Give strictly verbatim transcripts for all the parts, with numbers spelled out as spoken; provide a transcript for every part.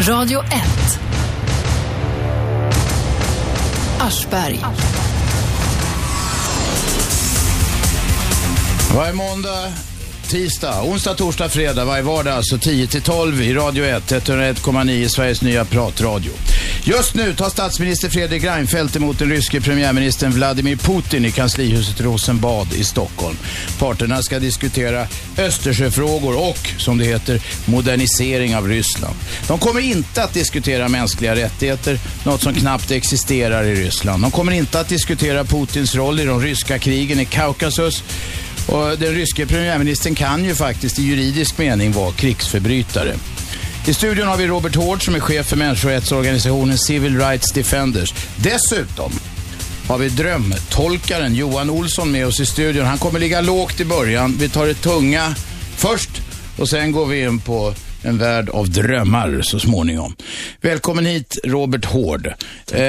Radio ett. Aschberg. Varje måndag, tisdag, onsdag, torsdag, fredag, varje vardag, alltså tio till tolv i Radio ett, etthundraett komma nio, Sveriges nya pratradio. Just nu tar statsminister Fredrik Reinfeldt emot den ryske premiärministern Vladimir Putin i kanslihuset Rosenbad i Stockholm. Parterna ska diskutera Östersjöfrågor och, som det heter, modernisering av Ryssland. De kommer inte att diskutera mänskliga rättigheter, något som knappt existerar i Ryssland. De kommer inte att diskutera Putins roll i de ryska krigen i Kaukasus. Och den ryske premiärministern kan ju faktiskt i juridisk mening vara krigsförbrytare. I studion har vi Robert Hård som är chef för människorättsorganisationen Civil Rights Defenders. Dessutom har vi drömtolkaren Johan Olsson med oss i studion. Han kommer ligga lågt i början. Vi tar det tunga först och sen går vi in på en värld av drömmar så småningom. Välkommen hit, Robert Hård. Eh,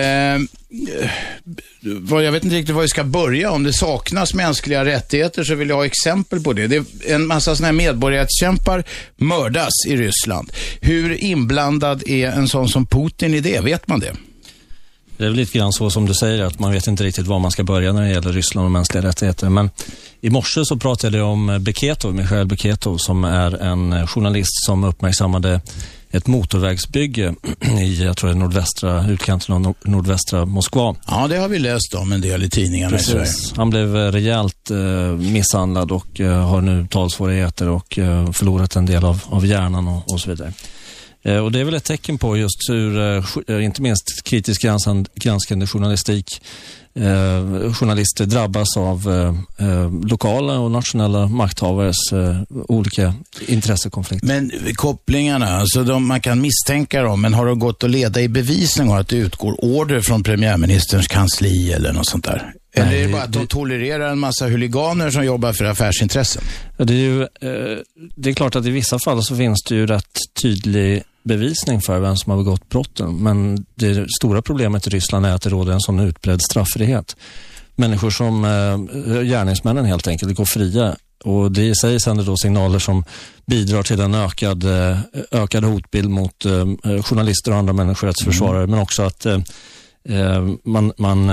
jag vet inte riktigt var vi ska börja. Om det saknas mänskliga rättigheter så vill jag ha exempel på det. Det är en massa sådana här medborgarrättskämpar mördas i Ryssland. Hur inblandad är en sån som Putin i det? Vet man det? Det är väl lite grann så som du säger, att man vet inte riktigt var man ska börja när det gäller Ryssland och mänskliga rättigheter. Men i morse så pratade jag om Beketov, Michail Beketov, som är en journalist som uppmärksammade ett motorvägsbygge i, jag tror det är nordvästra, utkanten av nordvästra Moskva. Ja, det har vi läst om en del i tidningarna i Sverige. Han blev rejält eh, misshandlad och eh, har nu talsvårigheter och eh, förlorat en del av, av hjärnan och, och så vidare. Och det är väl ett tecken på just hur, inte minst kritisk granskande, granskande journalistik, eh, journalister drabbas av eh, lokala och nationella makthavares eh, olika intressekonflikter. Men kopplingarna, alltså de, man kan misstänka dem, men har de gått att leda i bevisning att det utgår order från premiärministerns kansli eller något sånt där? Eller Nej, är det bara att de tolererar en massa huliganer som jobbar för affärsintressen? Det är ju, det är klart att i vissa fall så finns det ju rätt tydlig bevisning för vem som har begått brotten. Men det stora problemet i Ryssland är att det råder en sån utbredd straffrihet. Människor som gärningsmännen helt enkelt går fria. Och det i sig sänder då signaler som bidrar till en ökad, ökad hotbild mot journalister och andra människorättsförsvarare. Mm. Men också att man... man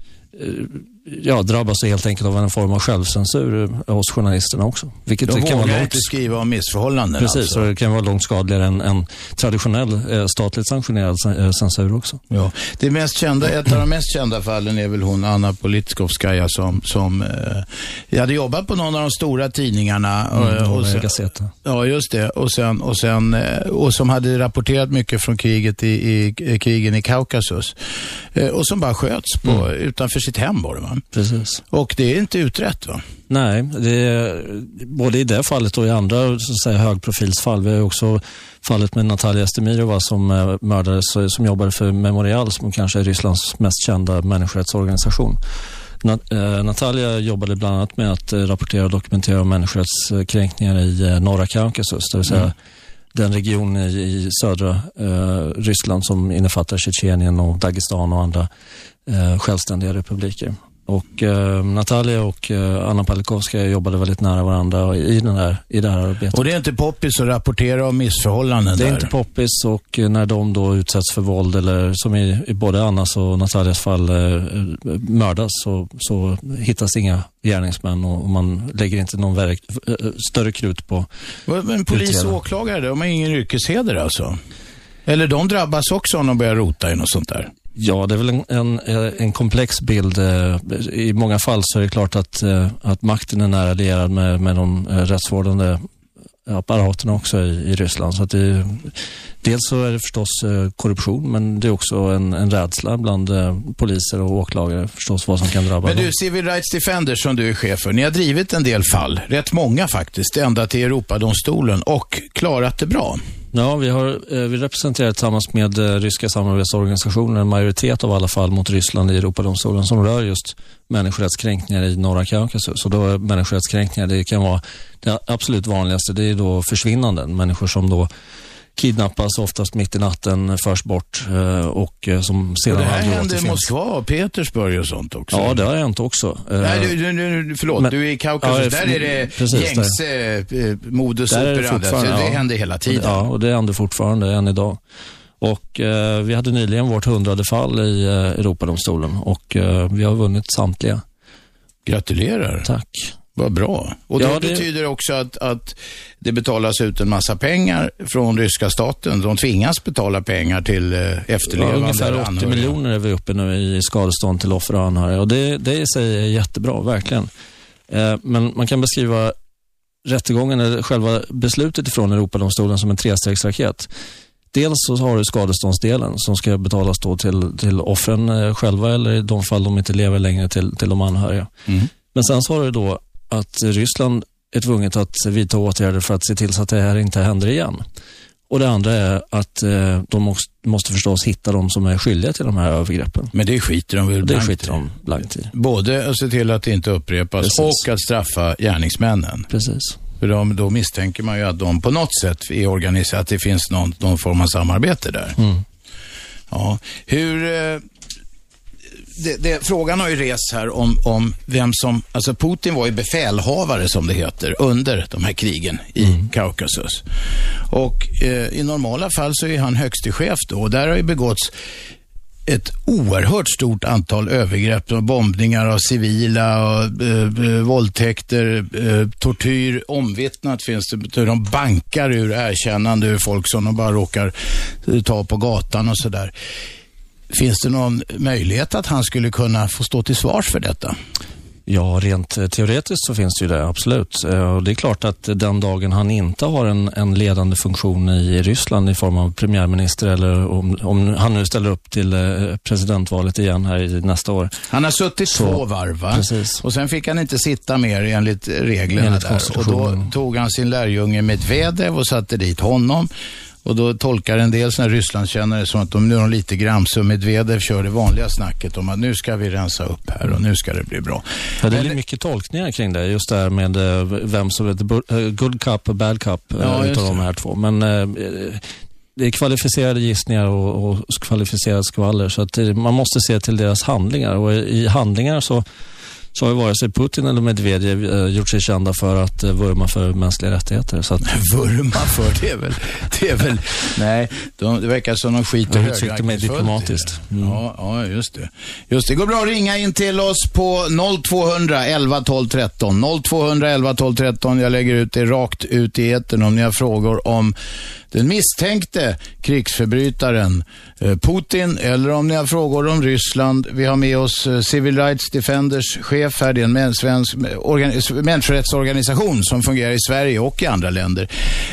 ja, drabbas helt enkelt av en form av självcensur hos journalisterna också. Vilket de det kan vara långt... inte skriva om missförhållanden. Precis, alltså. Och det kan vara långt skadligare än en traditionell eh, statligt sanktionerad eh, censur också. Ja, det mest kända, ett av de mest kända fallen är väl hon Anna Politkovskaja som, som eh, hade jobbat på någon av de stora tidningarna. Mm, och, och sen, Gazeta. Ja, just det. Och, sen, och, sen, och som hade rapporterat mycket från kriget i, i, i krigen i Kaukasus. Eh, och som bara sköts på, mm. utanför sitt hem var det, va? Precis. Och det är inte utrett, va? Nej, det är, både i det fallet och i andra så att säga, högprofilsfall. Vi har också fallet med Natalia Estemirova som eh, mördades, som jobbade för Memorial, som kanske är Rysslands mest kända människorättsorganisation. Nat, eh, Natalia jobbade bland annat med att eh, rapportera och dokumentera människorättskränkningar i eh, norra Kaukasus, det vill säga mm. den region i, i södra eh, Ryssland som innefattar Tjetjenien och Dagestan och andra eh, självständiga republiker. Och eh, Natalia och eh, Anna Politkovskaja jobbade väldigt nära varandra i, den här, i det här arbetet. Och det är inte poppis att rapportera om missförhållanden Det är där. inte poppis, och eh, när de då utsätts för våld eller som i, i både Annas och Natalias fall eh, mördas så, så hittas inga gärningsmän och, och man lägger inte någon verk, eh, större krut på. Men polis och åklagare, de har ingen yrkesheder alltså? Eller de drabbas också om de börjar rota i något sånt där? Ja, det är väl en, en, en komplex bild. I många fall så är det klart att, att makten är nära allierad med, med de rättsvårdande apparaterna också i, i Ryssland. Så att det, dels så är det förstås korruption, men det är också en, en rädsla bland poliser och åklagare förstås vad som kan drabba Men du, dem. Civil Rights Defenders som du är chef för, ni har drivit en del fall, rätt många faktiskt, ända till Europadomstolen och klarat det bra. Ja, vi har vi representerar tillsammans med ryska samarbetsorganisationer en majoritet av alla fall mot Ryssland i Europadomstolen som rör just människorättskränkningar i norra Kaukasus. Och då människorättskränkningar, det kan vara det absolut vanligaste, det är då försvinnanden. Människor som då kidnappas oftast mitt i natten, förs bort och som sedan... Och det här händer i Moskva och Petersburg och sånt också. Ja, det har hänt också. Nej, du, du, förlåt, men, du är i Kaukasus, ja, där är det precis, gängse modus operandi, så det ja, händer hela tiden. Ja, och det händer fortfarande än idag. Och eh, vi hade nyligen vårt hundrade fall i eh, Europadomstolen och eh, vi har vunnit samtliga. Gratulerar. Tack. Vad bra. Och det, ja, det betyder också att, att det betalas ut en massa pengar från ryska staten. De tvingas betala pengar till eh, efterlevande. Ja, ungefär åttio miljoner är vi uppe nu i skadestånd till offer och anhöriga. Och det, det i sig är jättebra, verkligen. Eh, men man kan beskriva rättegången, eller själva beslutet ifrån Europadomstolen som en trestegsraket. Dels så har du skadeståndsdelen som ska betalas då till, till offren själva eller i de fall de inte lever längre till, till de anhöriga. Mm. Men sen så har du då att Ryssland är tvunget att vidta åtgärder för att se till så att det här inte händer igen. Och det andra är att eh, de måste, måste förstås hitta de som är skyldiga till de här övergreppen. Men det skiter de väl blankt Det skiter de blankt i. Både att se till att det inte upprepas Precis. och att straffa gärningsmännen. Precis. För de, då misstänker man ju att de på något sätt är organiserat, att det finns någon, någon form av samarbete där. Mm. Ja, hur... Eh, Det, det, frågan har ju rest här om, om vem som, alltså Putin var ju befälhavare som det heter under de här krigen i mm. Kaukasus. Och eh, i normala fall så är han högste chef då, och där har ju begåtts ett oerhört stort antal övergrepp och bombningar av civila och eh, våldtäkter, eh, tortyr, omvittnat finns det, de bankar ur erkännande ur folk som de bara råkar ta på gatan och sådär. Finns det någon möjlighet att han skulle kunna få stå till svars för detta? Ja, rent teoretiskt så finns det ju det, absolut. Och det är klart att den dagen han inte har en, en ledande funktion i Ryssland i form av premiärminister eller om, om han nu ställer upp till presidentvalet igen här i nästa år. Han har suttit så, två varv, va? Precis. Och sen fick han inte sitta mer enligt reglerna enligt där. Och då tog han sin lärjunge Medvedev och satte dit honom. Och då tolkar en del såna Rysslandskännare som att de nu är lite grams och Medvedev kör det vanliga snacket om att nu ska vi rensa upp här och nu ska det bli bra. Ja, det är Men, mycket tolkningar kring det, just där med vem som är good cup och bad cup ja, utav de här två. Men eh, det är kvalificerade gissningar och, och kvalificerade skvaller så att man måste se till deras handlingar och i handlingar så så har ju vare sig Putin eller Medvedev eh, gjort sig kända för att eh, vurma för mänskliga rättigheter. Så att... Vurma för, det är väl... Det är väl nej, de, det verkar som de skiter höga. Jag uttryckte mig diplomatiskt. Mm. Ja, ja, just det. Just det. Det går bra att ringa in till oss på noll två hundra elva tolv tretton. noll två hundra elva tolv tretton. Jag lägger ut det rakt ut i etern om ni har frågor om den misstänkte krigsförbrytaren Putin eller om ni har frågor om Ryssland. Vi har med oss Civil Rights Defenders chef här. Det är en svensk människorättsorganisation som fungerar i Sverige och i andra länder.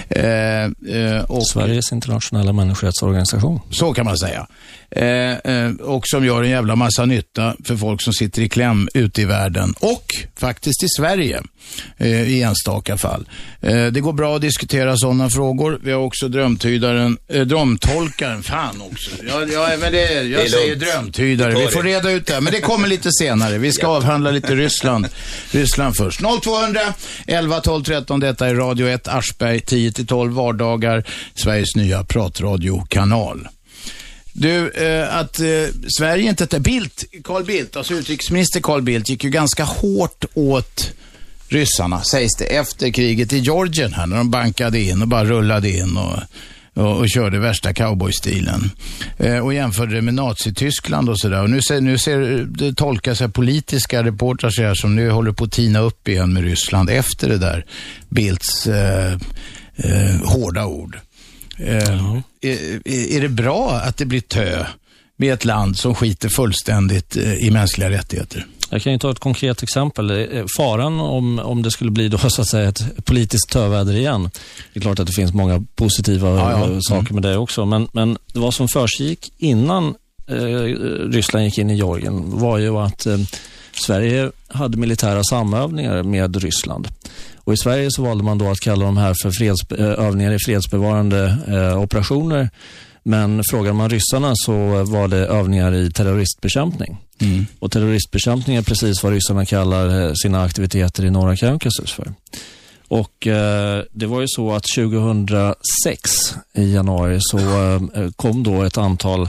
Eh, och Sveriges internationella människorättsorganisation. Så kan man säga. Eh, och som gör en jävla massa nytta för folk som sitter i kläm ute i världen och faktiskt i Sverige eh, i enstaka fall. Eh, det går bra att diskutera sådana frågor. Vi har också drömtydaren, eh, drömtolkaren, fan också. Ja, ja men det, jag det säger lugnt. Drömtydare. Vi får reda ut det, men det kommer lite senare. Vi ska avhandla lite Ryssland. Ryssland först. noll två hundra elva tolv tretton, detta är Radio ett Aschberg, tio till tolv vardagar, Sveriges nya pratradiokanal. Du, eh, att eh, Sverige inte tar Bildt, Carl Bildt, alltså utrikesminister Carl Bildt gick ju ganska hårt åt ryssarna, sägs det, efter kriget i Georgien här, när de bankade in och bara rullade in och, och, och körde värsta cowboystilen. Eh, och jämförde det med Nazi-Tyskland och sådär. Och nu ser, nu ser det tolkas här politiska reportrar så här, som nu håller på att tina upp igen med Ryssland efter det där Bildts eh, eh, hårda ord. Uh, är, är det bra att det blir tö med ett land som skiter fullständigt uh, i mänskliga rättigheter? Jag kan ju ta ett konkret exempel. Faran om, om det skulle bli då så att säga ett politiskt töväder igen. Det är klart att det finns många positiva ja, ja. saker med det också. Men, men det var som försiggick innan eh, Ryssland gick in i Georgien var ju att eh, Sverige hade militära samövningar med Ryssland. Och i Sverige så valde man då att kalla de här för freds, övningar i fredsbevarande eh, operationer. Men frågar man ryssarna så var det övningar i terroristbekämpning. Mm. Och terroristbekämpning är precis vad ryssarna kallar sina aktiviteter i norra Kaukasus för. Och eh, det var ju så att tjugohundrasex i januari så eh, kom då ett antal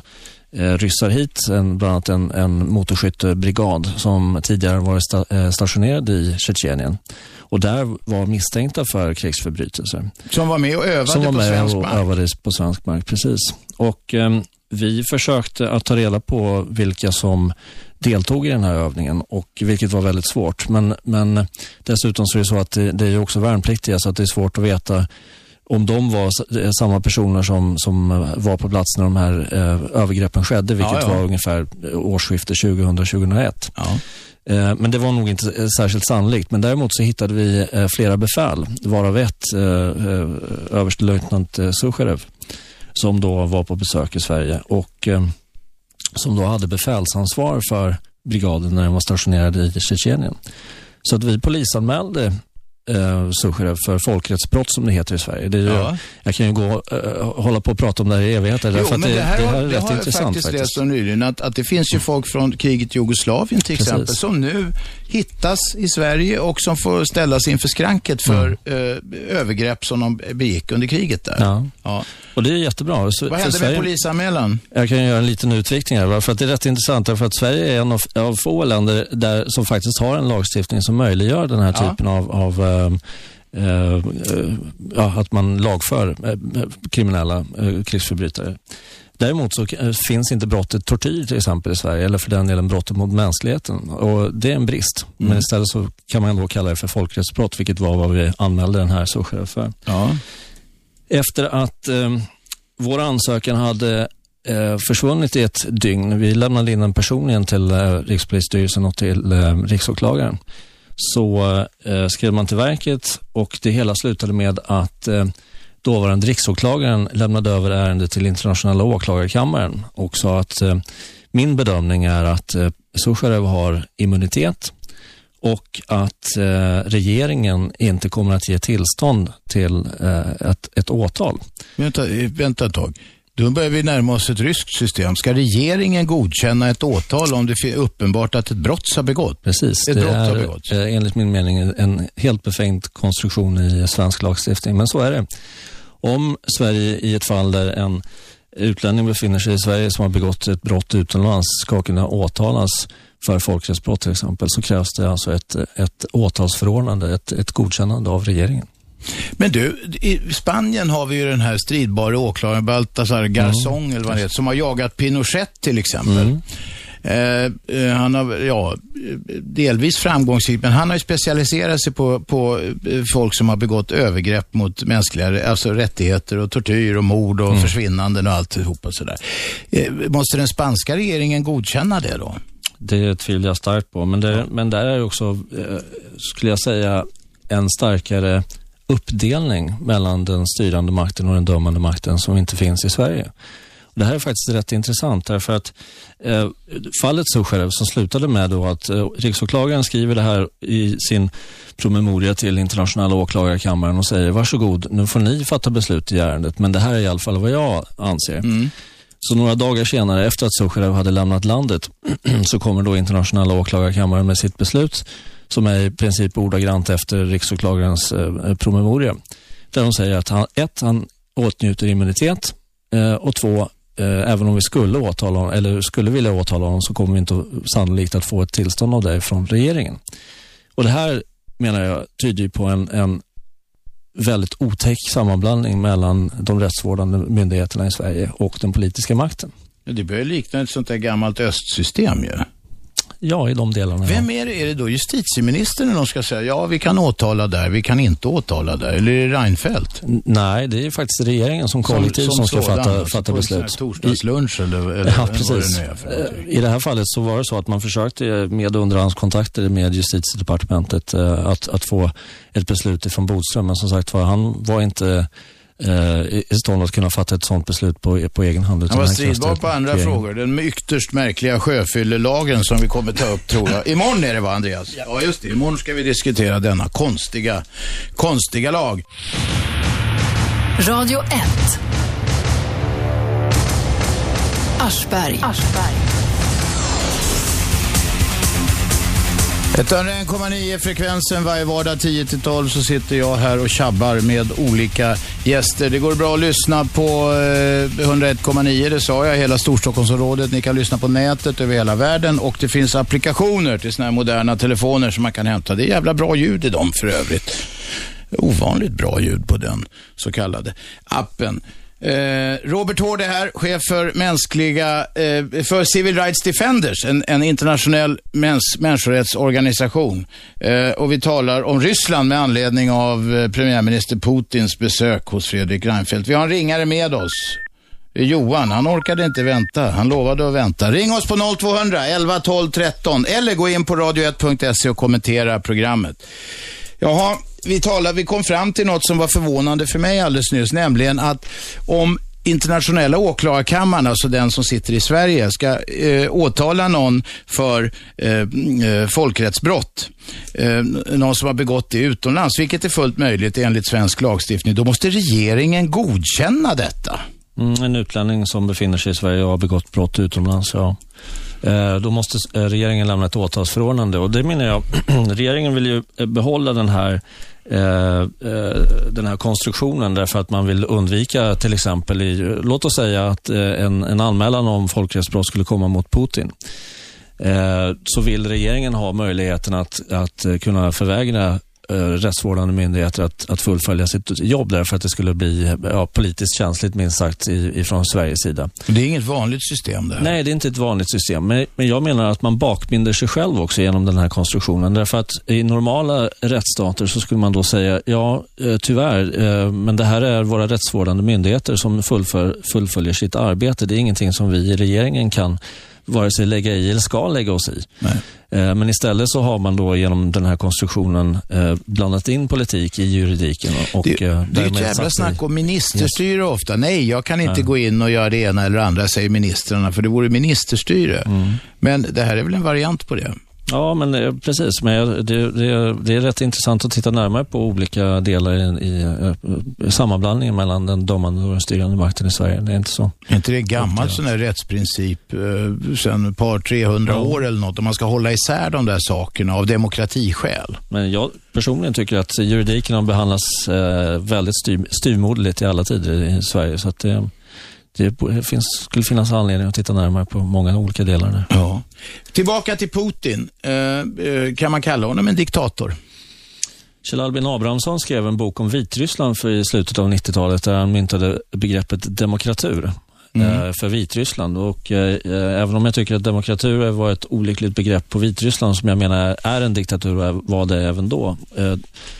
eh, ryssar hit, en, bland annat en, en motorskyttebrigad som tidigare varit sta, eh, stationerad i Tjetjenien. Och där var misstänkta för krigsförbrytelser. Som var med och övade som var på med svensk och mark. övade på svensk mark, precis. Och eh, vi försökte att ta reda på vilka som deltog i den här övningen, och vilket var väldigt svårt. Men, men dessutom så är det så att det, det är också värnpliktiga, så att det är svårt att veta om de var samma personer som, som var på plats när de här eh, övergreppen skedde, vilket ja, ja. var ungefär årsskiftet tjugohundra tjugohundraett. Ja. Eh, men det var nog inte särskilt sannolikt. Men däremot så hittade vi eh, flera befäl, varav ett eh, överstelöjtnant eh, Sucharev, som då var på besök i Sverige och eh, som då hade befälsansvar för brigaden när den var stationerad i Tjetjenien. Så att vi polisanmälde eh, Sucharev för folkrättsbrott, som det heter i Sverige. Det är ju, ja. Jag kan ju gå eh, hålla på och prata om det här i evigheter. Jo, men det, det här, det här är det rätt har intressant jag faktiskt. faktiskt läst om nyligen att, att det finns ju folk från kriget i Jugoslavien till Precis. exempel, som nu hittas i Sverige och som får ställas inför skranket för mm. eh, övergrepp som de begick under kriget där. Ja. Ja. Och det är jättebra. Så, vad händer Sverige, med polisanmälan? Jag kan göra en liten utvikning här, för att det är rätt intressant, därför att Sverige är en av, av få länder där, som faktiskt har en lagstiftning som möjliggör den här typen ja. av, av äh, äh, ja, att man lagför äh, kriminella äh, krigsförbrytare. Däremot så äh, finns inte brottet tortyr till exempel i Sverige, eller för den delen brottet mot mänskligheten, och det är en brist. Mm. Men istället så kan man då kalla det för folkrättsbrott, vilket var vad vi anmälde den här Sucharev för. Ja. Efter att eh, vår ansökan hade eh, försvunnit i ett dygn, vi lämnade in den personligen till eh, Rikspolisstyrelsen och till eh, Riksåklagaren, så eh, skrev man till verket, och det hela slutade med att eh, dåvarande Riksåklagaren lämnade över ärendet till internationella åklagarkammaren och sa att eh, min bedömning är att eh, Sucharev har immunitet, och att eh, regeringen inte kommer att ge tillstånd till eh, ett, ett åtal. Vänta, vänta ett tag. Då börjar vi närma oss ett ryskt system. Ska regeringen godkänna ett åtal om det är uppenbart att ett brott har begått? Precis, ett det brott är har begått. Eh, enligt min mening en helt befängd konstruktion i svensk lagstiftning. Men så är det. Om Sverige i ett fall där en utlänning befinner sig i Sverige som har begått ett brott utomlands ska kunna åtalas för folkrättsbrott till exempel, så krävs det alltså ett, ett åtalsförordnande, ett, ett godkännande av regeringen. Men du, i Spanien har vi ju den här stridbara åklagaren Baltasar Garzón, mm. eller vad det heter, som har jagat Pinochet till exempel. Mm. Eh, han har, ja, delvis framgångsrikt, men han har ju specialiserat sig på, på folk som har begått övergrepp mot mänskliga, alltså rättigheter och tortyr och mord och mm. försvinnanden och alltihop och sådär. Eh, måste den spanska regeringen godkänna det då? Det tvivlar jag starkt på, men, det, ja. men där är också, eh, skulle jag säga, en starkare uppdelning mellan den styrande makten och den dömande makten som inte finns i Sverige. Och det här är faktiskt rätt intressant, därför att eh, fallet Sucharev som slutade med då att eh, Riksåklagaren skriver det här i sin promemoria till internationella åklagarkammaren och säger varsågod, nu får ni fatta beslut i ärendet, men det här är i alla fall vad jag anser. Mm. Så några dagar senare, efter att Sucharev hade lämnat landet, så kommer då internationella åklagarkammaren med sitt beslut, som är i princip ordagrant efter Riksåklagarens eh, promemoria. Där de säger att han, ett, han åtnjuter immunitet, eh, och två, eh, även om vi skulle åtala honom, eller skulle vilja åtala honom, så kommer vi inte sannolikt att få ett tillstånd av det från regeringen. Och det här, menar jag, tyder på en, en väldigt otäck sammanblandning mellan de rättsvårdande myndigheterna i Sverige och den politiska makten. Det börjar likna ett sånt där gammalt östsystem ju. Ja. Ja, i de delarna. Vem är det? Är det då justitieministern när de ska säga ja, vi kan åtala där, vi kan inte åtala där? Eller är det Reinfeldt? N- nej, det är faktiskt regeringen som kollektiv som, som, som ska fatta, fatta beslut. Torsdagslunch eller, eller ja, precis. Vad det nu är för I det här fallet så var det så att man försökte med underhandskontakter med justitiedepartementet att, att få ett beslut ifrån Bodström. Men som sagt var, han var inte i stånd att kunna fatta ett sådant beslut på, på egen hand. Han var stridbar på andra frågor. Den ytterst märkliga sjöfyllelagen som vi kommer ta upp, tror jag. Imorgon är det, va, Andreas? Ja, just det. Imorgon ska vi diskutera denna konstiga, konstiga lag. Radio ett. Aschberg. Aschberg. etthundraen komma nio frekvensen varje vardag tio till tolv så sitter jag här och tjabbar med olika gäster. Det går bra att lyssna på eh, etthundraen komma nio, det sa jag, hela Storstockholmsområdet. Ni kan lyssna på nätet över hela världen och det finns applikationer till såna här moderna telefoner som man kan hämta. Det är jävla bra ljud i dem för övrigt. Ovanligt bra ljud på den så kallade appen. Eh, Robert Hård är här, chef för mänskliga eh, för Civil Rights Defenders, en, en internationell mäns, människorättsorganisation. Eh, och vi talar om Ryssland med anledning av eh, premiärminister Putins besök hos Fredrik Reinfeldt. Vi har en ringare med oss. Johan, han orkade inte vänta. Han lovade att vänta. Ring oss på noll två hundra elva tolv tretton eller gå in på radio ett punkt se och kommentera programmet. Jaha, vi talade, vi kom fram till något som var förvånande för mig alldeles nyss, nämligen att om internationella åklagarkammaren, alltså den som sitter i Sverige, ska eh, åtala någon för eh, eh, folkrättsbrott, eh, någon som har begått det utomlands, vilket är fullt möjligt enligt svensk lagstiftning, då måste regeringen godkänna detta. Mm, en utlänning som befinner sig i Sverige och har begått brott utomlands, ja. Eh, då måste eh, regeringen lämna ett åtalsförordnande och det menar jag, regeringen vill ju behålla den här Eh, eh, den här konstruktionen därför att man vill undvika till exempel i, låt oss säga att eh, en, en anmälan om folkrättsbrott skulle komma mot Putin, eh, så vill regeringen ha möjligheten att, att kunna förvägra eh, rättsvårdande myndigheter att, att fullfölja sitt jobb därför att det skulle bli ja, politiskt känsligt minst sagt i, ifrån Sveriges sida. Det är inget vanligt system det här. Nej, det är inte ett vanligt system. Men, men jag menar att man bakbinder sig själv också genom den här konstruktionen. Därför att i normala rättsstater så skulle man då säga, ja tyvärr, men det här är våra rättsvårdande myndigheter som fullför, fullföljer sitt arbete. Det är ingenting som vi i regeringen kan vare sig lägga i eller ska lägga oss i. Nej. Men istället så har man då genom den här konstruktionen eh, blandat in politik i juridiken. Och, det, eh, det är ett jävla snack om ministerstyre yes. ofta. Nej, jag kan inte Nej. gå in och göra det ena eller andra, säger ministrarna, för det vore ministerstyre. Mm. Men det här är väl en variant på det? Ja, men eh, precis. Men det, det, det är rätt intressant att titta närmare på olika delar i, i, i sammanblandningen mellan den dömande och den styrande makten i Sverige. Det är inte så. Är inte det gammalt sån här rättsprincip eh, sedan ett par, trehundra ja. år eller något, om man ska hålla isär de där sakerna av demokratiskäl? Men jag personligen tycker att juridiken har behandlats eh, väldigt styr, styrmodligt i alla tider i Sverige, så att det Det finns, skulle finnas anledning att titta närmare på många olika delar där. Ja. Tillbaka till Putin. Eh, kan man kalla honom en diktator? Kjell Albin Abrahamsson skrev en bok om Vitryssland för i slutet av nittiotalet där han myntade begreppet demokratur mm. eh, för Vitryssland. Och eh, även om jag tycker att demokratur var ett olyckligt begrepp på Vitryssland, som jag menar är en diktatur och var det även då, eh,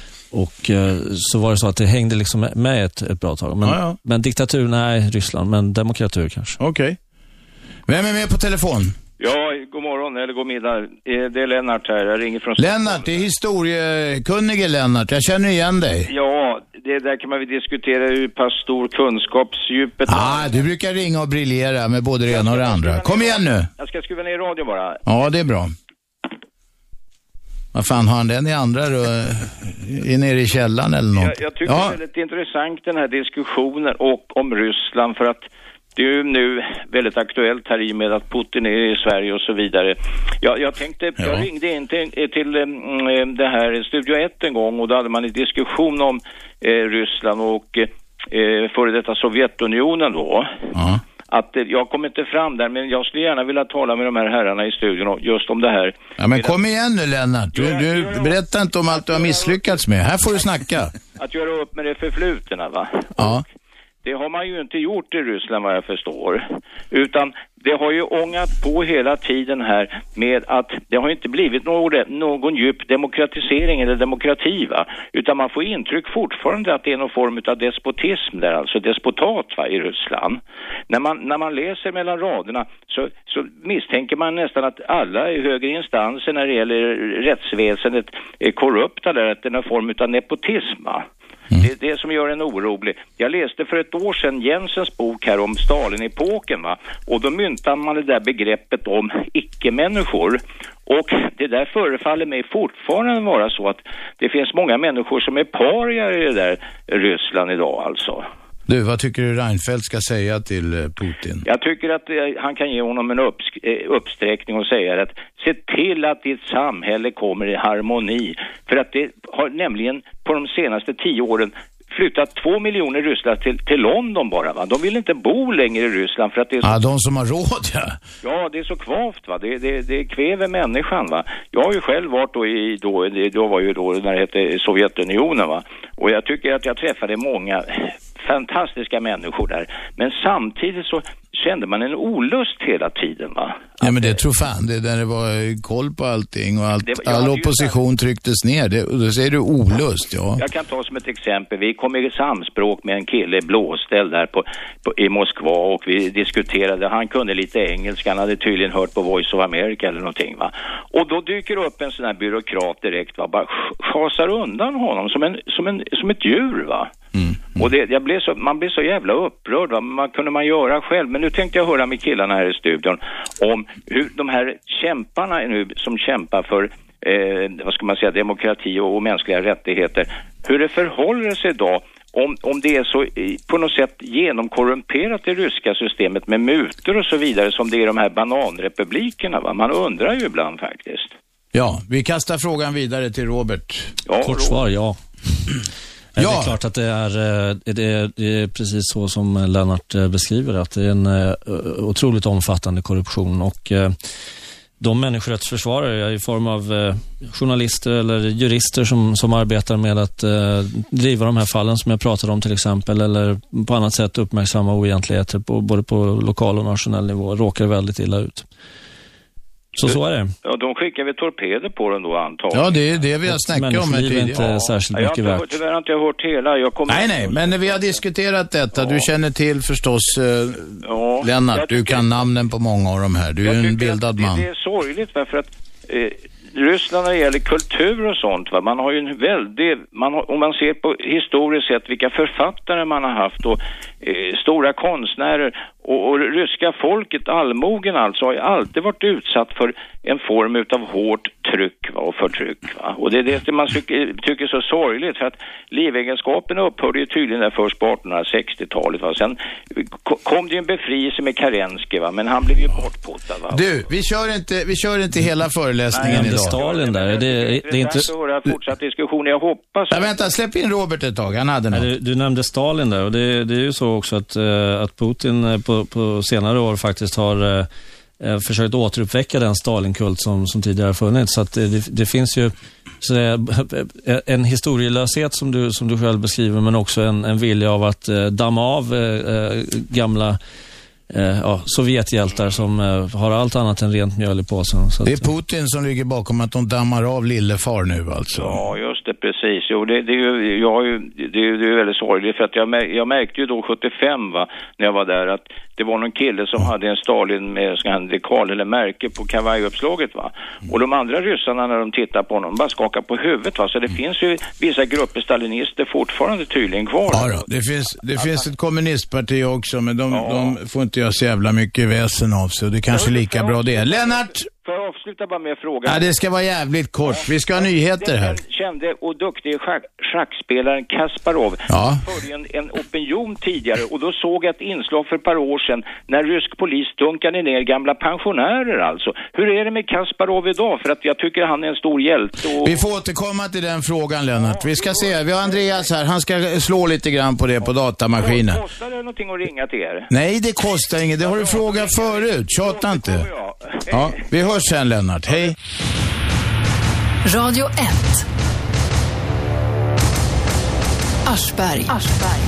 och eh, så var det så att det hängde liksom med ett, ett bra tag. Men, ja, ja. men diktatur, nej, Ryssland, men demokratur kanske. Okej. Okay. Vem är med på telefon? Ja, god morgon eller god middag. Det är Lennart här, jag ringer från Stockholm. Lennart, det är historiekunnige Lennart, jag känner igen dig. Ja, det där kan man väl diskutera hur pass stor kunskapsdjupet. Ah, du brukar ringa och briljera med både det ena och det andra. Kom igen nu. Jag ska skruva ner radio bara. Ja, det är bra. Vad fan har han den i andra då? Är nere i källaren eller något? Jag, jag tycker ja. det är väldigt intressant den här diskussionen och om Ryssland, för att det är ju nu väldigt aktuellt här i med att Putin är i Sverige och så vidare. Jag, jag tänkte, ja. jag ringde in till, till um, det här Studio ett en gång och då hade man en diskussion om eh, Ryssland och eh, före detta Sovjetunionen då. Ja. Att jag kommer inte fram där, men jag skulle gärna vilja tala med de här herrarna i studion just om det här. Ja, men kom igen nu Lennart, du, du berättar inte om allt du har misslyckats med. Här får du snacka. Att göra upp med det förflutna, va? Ja. Det har man ju inte gjort i Ryssland vad jag förstår. Utan det har ju ångat på hela tiden här med att det har inte blivit någon, någon djup demokratisering eller demokrati, va? Utan man får intryck fortfarande att det är någon form av despotism där, alltså despotat, va, i Ryssland. När man, när man läser mellan raderna så, så misstänker man nästan att alla i högre instanser när det gäller rättsväsendet är korrupta där, att det är någon form av nepotism, va? Mm. Det är det som gör en orolig. Jag läste för ett år sedan Jensens bok här om Stalin-epoken, va? Och då myntar man det där begreppet om icke-människor. Och det där förefaller mig fortfarande vara så att det finns många människor som är parier i det där Ryssland idag alltså. Du, vad tycker du Reinfeldt ska säga till Putin? Jag tycker att eh, han kan ge honom en upps- eh, uppsträckning och säga att se till att ditt samhälle kommer i harmoni. För att det har nämligen på de senaste tio åren flyttat två miljoner ryssar till, till London bara, va? De vill inte bo längre i Ryssland för att det är så... Ja, de som har råd, ja. Ja, det är så kvavt, va? Det, det, det kväver människan, va? Jag har ju själv varit då i, då, det, då var ju då när det hette Sovjetunionen, va? Och jag tycker att jag träffade många fantastiska människor där. Men samtidigt så kände man en olust hela tiden, va? Ja, men det tror fan, det där det var koll på allting och allt, det, all opposition trycktes ner. Det, då säger du olust, ja. Jag kan ta som ett exempel. Vi kom i samspråk med en kille blåställd där på, på, i Moskva och vi diskuterade. Han kunde lite engelska, han hade tydligen hört på Voice of America eller någonting, va? Och då dyker upp en sån här byråkrat direkt, va? Bara schasar undan honom som, en, som, en, som ett djur, va? Mm, mm. Och det, jag blev så, man blev så jävla upprörd, va? Man kunde man göra själv. Men nu tänkte jag höra med killarna här i studion om hur de här kämparna nu som kämpar för eh, vad ska man säga, demokrati och, och mänskliga rättigheter, hur det förhåller sig då om, om det är så eh, på något sätt genomkorrumperat det ryska systemet med mutor och så vidare som det är i de här bananrepublikerna, va? Man undrar ju ibland faktiskt. Ja, vi kastar frågan vidare till Robert. Ja, Kort svar, ja. Ja. Det är klart att det är, det, är, det är precis så som Lennart beskriver, att det är en otroligt omfattande korruption och de människorättsförsvarare i form av journalister eller jurister som, som arbetar med att driva de här fallen som jag pratade om till exempel, eller på annat sätt uppmärksamma oegentligheter på, både på lokal och nationell nivå, råkar väldigt illa ut. Så så är det. Ja, de skickar vi torpeder på den då antagligen. Ja, det är det vi har snackat om här tidigare. Människoliv är inte ja. särskilt ja, mycket värt. Tyvärr har inte jag hört hela. Jag kommer nej, nej, men vi har diskuterat detta. Ja. Du känner till förstås, eh, ja, Lennart, du kan namnen på många av de här. Du är en bildad man. Det, det är sorgligt, va? För att eh, Ryssland när det gäller kultur och sånt, va? Man har ju en väldigt, man har, om man ser på historiskt sett vilka författare man har haft och eh, stora konstnärer och, och ryska folket, allmogen alltså, har ju alltid varit utsatt för en form utav hårt tryck, va? Och förtryck, va? Och det är det man tycker, tycker är så sorgligt, för att livegenskapen upphörde ju tydligen där först på artonhundrasextiotalet, va? Sen kom det ju en befrielse med Kerensky, va? Men han blev ju bortputtad, va? Du, vi kör inte, vi kör inte hela föreläsningen. Nej, idag. Stalin där, det, det, det är inte... fortsatt diskussion, jag hoppas... Ja, vänta, släpp in Robert ett tag, han hade något. Du, du nämnde Stalin där, och det, det är ju så också att, att Putin på, på senare år faktiskt har eh, försökt återuppväcka den Stalinkult som, som tidigare funnits. Så att det, det finns ju så det, en historielöshet som du, som du själv beskriver, men också en, en vilja av att eh, damma av eh, gamla Eh, ja, Sovjethjältar som eh, har allt annat än rent mjöl i påsen. Så det är att, Putin som ligger bakom att de dammar av lillefar nu alltså. Ja, just det, precis. Jo, det, det, är ju, jag har ju, det, är, det är väldigt sorgligt för att jag, mär, jag märkte ju då sjuttiofem, va, när jag var där, att det var någon kille som hade en Stalin med en dekal eller märke på kavajuppslaget, va. Och de andra ryssarna när de tittar på honom bara skakar på huvudet, va. Så det finns ju vissa grupper stalinister fortfarande tydligen kvar. Ja då, det finns, det alltså, finns ett kommunistparti också, men de, ja. de får inte göra så jävla mycket väsen av sig, och det är kanske lika bra det. Lennart! Får jag avsluta bara med frågan? Ja, det ska vara jävligt kort. Vi ska ha nyheter här. Den kände och duktiga schack, schackspelaren Kasparov ja. förde en, en opinion tidigare, och då såg jag ett inslag för ett par år sedan när rysk polis dunkade ner gamla pensionärer alltså. Hur är det med Kasparov idag? För att jag tycker han är en stor hjälte. Och... Vi får återkomma till den frågan, Lennart. Vi ska se. Vi har Andreas här. Han ska slå lite grann på det på datamaskinen. Kostar det någonting att ringa till er? Nej, det kostar inget. Det har du frågat förut. Tjata inte. Ja, vi hörs sen, Lennart. Hej. Radio ett. Aschberg. Aschberg.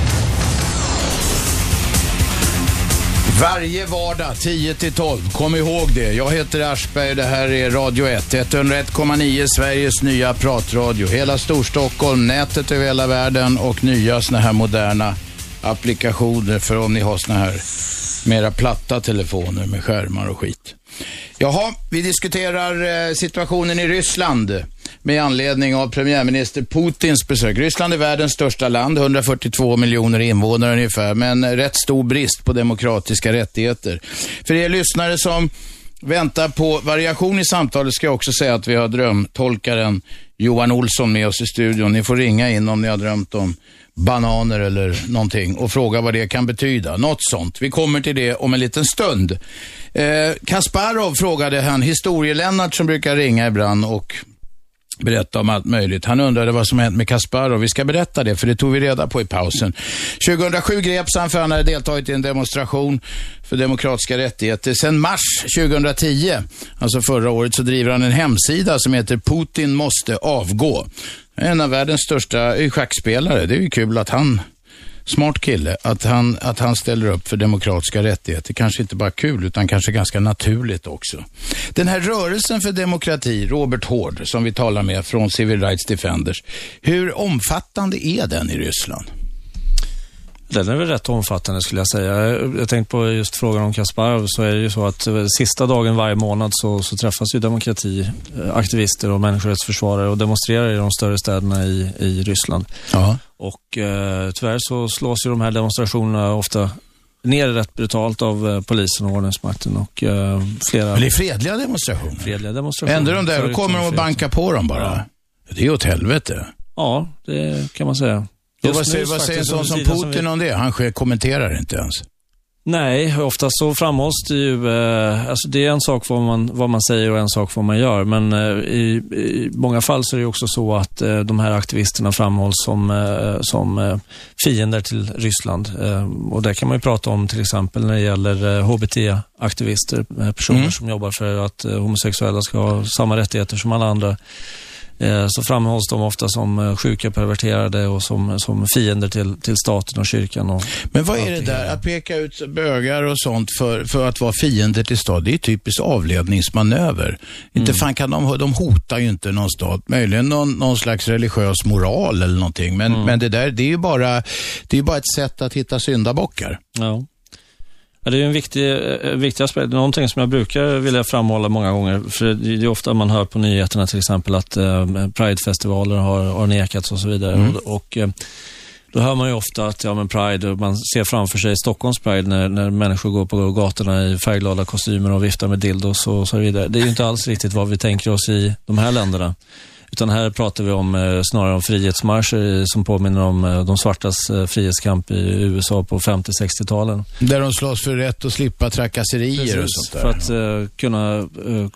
Varje vardag tio till tolv. Kom ihåg det. Jag heter Aschberg. Det här är Radio ett. etthundraett komma nio, Sveriges nya pratradio. Hela Storstockholm, nätet över hela världen och nya såna här moderna applikationer för om ni har såna här mera platta telefoner med skärmar och skit. Jaha, vi diskuterar eh, situationen i Ryssland med anledning av premiärminister Putins besök. Ryssland är världens största land, hundrafyrtiotvå miljoner invånare ungefär, men rätt stor brist på demokratiska rättigheter. För er lyssnare som väntar på variation i samtalet ska jag också säga att vi har drömtolkaren Johan Olsson med oss i studion. Ni får ringa in om ni har drömt om bananer eller någonting och fråga vad det kan betyda. Något sånt. Vi kommer till det om en liten stund. Eh, Kasparov frågade han, historielennart som brukar ringa ibland och berätta om allt möjligt. Han undrade vad som hänt med Kasparov. Vi ska berätta det, för det tog vi reda på i pausen. tjugohundrasju greps han för han hade deltagit i en demonstration för demokratiska rättigheter. Sen mars tjugohundratio, alltså förra året, så driver han en hemsida som heter Putin måste avgå. En av världens största schackspelare. Det är ju kul att han, smart kille, att han, att han ställer upp för demokratiska rättigheter. Kanske inte bara kul utan kanske ganska naturligt också. Den här rörelsen för demokrati, Robert Hård, som vi talar med från Civil Rights Defenders. Hur omfattande är den i Ryssland? Den är väl rätt omfattande skulle jag säga. Jag tänkte på just frågan om Kasparov, så är det ju så att sista dagen varje månad så, så träffas ju demokratiaktivister och människorättsförsvarare och demonstrerar i de större städerna i, i Ryssland. Ja. Och eh, tyvärr så slås ju de här demonstrationerna ofta ner rätt brutalt av eh, polisen och ordningsmakten och eh, flera... Men det är fredliga demonstrationer. Fredliga demonstrationer. Ändrar de där och kommer de att banka på dem bara. Ja. Det är åt helvete. Ja, det kan man säga. Och vad säger, vad säger en sån som Putin som vi... om det? Han själv kommenterar inte ens. Nej, ofta så framhålls det ju, eh, alltså det är en sak vad man, vad man säger och en sak vad man gör. Men eh, i, i många fall så är det också så att eh, de här aktivisterna framhålls som, eh, som eh, fiender till Ryssland. Eh, och det kan man ju prata om till exempel när det gäller eh, H B T-aktivister, eh, personer mm. som jobbar för att eh, homosexuella ska ha samma rättigheter som alla andra. Så framhålls de ofta som sjuka, perverterade och som, som fiender till, till staten och kyrkan. Och men vad är det där att peka ut bögar och sånt för, för att vara fiender till staten? Det är typiskt avledningsmanöver. Mm. Inte fan kan de, de hotar ju inte någon stat. Möjligen någon, någon slags religiös moral eller någonting. Men, mm. men det där, det är ju bara, det är bara ett sätt att hitta syndabockar. Ja. Ja, det är en viktig, viktig aspekt. Någonting som jag brukar vilja framhålla många gånger. För det är ofta man hör på nyheterna till exempel att eh, Pride-festivaler har, har nekats och så vidare. Mm. Och, och eh, då hör man ju ofta att ja, men Pride, man ser framför sig Stockholms Pride när, när människor går på gatorna i färgglada kostymer och viftar med dildos och så vidare. Det är ju inte alls riktigt vad vi tänker oss i de här länderna. Utan här pratar vi om eh, snarare om frihetsmarscher som påminner om eh, de svartas eh, frihetskamp i U S A på femtio-sextio-talen. Där de slåss för rätt att slippa trakasserier. Precis, och sånt där. För att eh, kunna... Eh,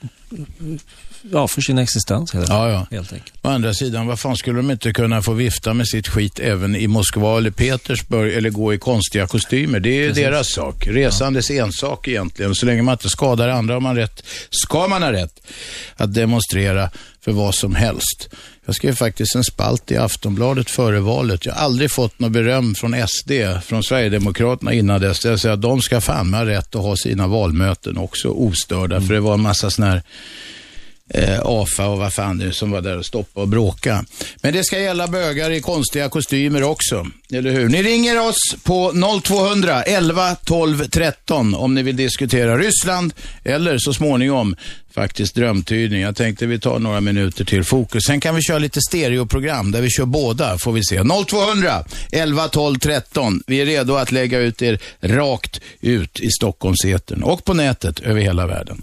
ja, för sin existens helt, ja, ja. helt enkelt. Å andra sidan, vad fan skulle de inte kunna få vifta med sitt skit även i Moskva eller Petersburg eller gå i konstiga kostymer? Det är Precis. deras sak. Resandes ja. ensak egentligen. Så länge man inte skadar andra har man rätt, ska man ha rätt att demonstrera för vad som helst. Jag skrev faktiskt en spalt i Aftonbladet före valet. Jag har aldrig fått något beröm från S D, från Sverigedemokraterna innan dess. Jag säger att de ska fan ha rätt att ha sina valmöten också ostörda. Mm. För det var en massa sån här Eh, A F A och vad fan nu som var där och stoppa och bråka. Men det ska gälla bögar i konstiga kostymer också, eller hur? Ni ringer oss på noll tvåhundra elva tolv tretton om ni vill diskutera Ryssland eller så småningom faktiskt drömtydning. Jag tänkte vi tar några minuter till fokus. Sen kan vi köra lite stereoprogram där vi kör båda, får vi se. noll tvåhundra elva tolv tretton. Vi är redo att lägga ut er rakt ut i Stockholmsetern och på nätet över hela världen.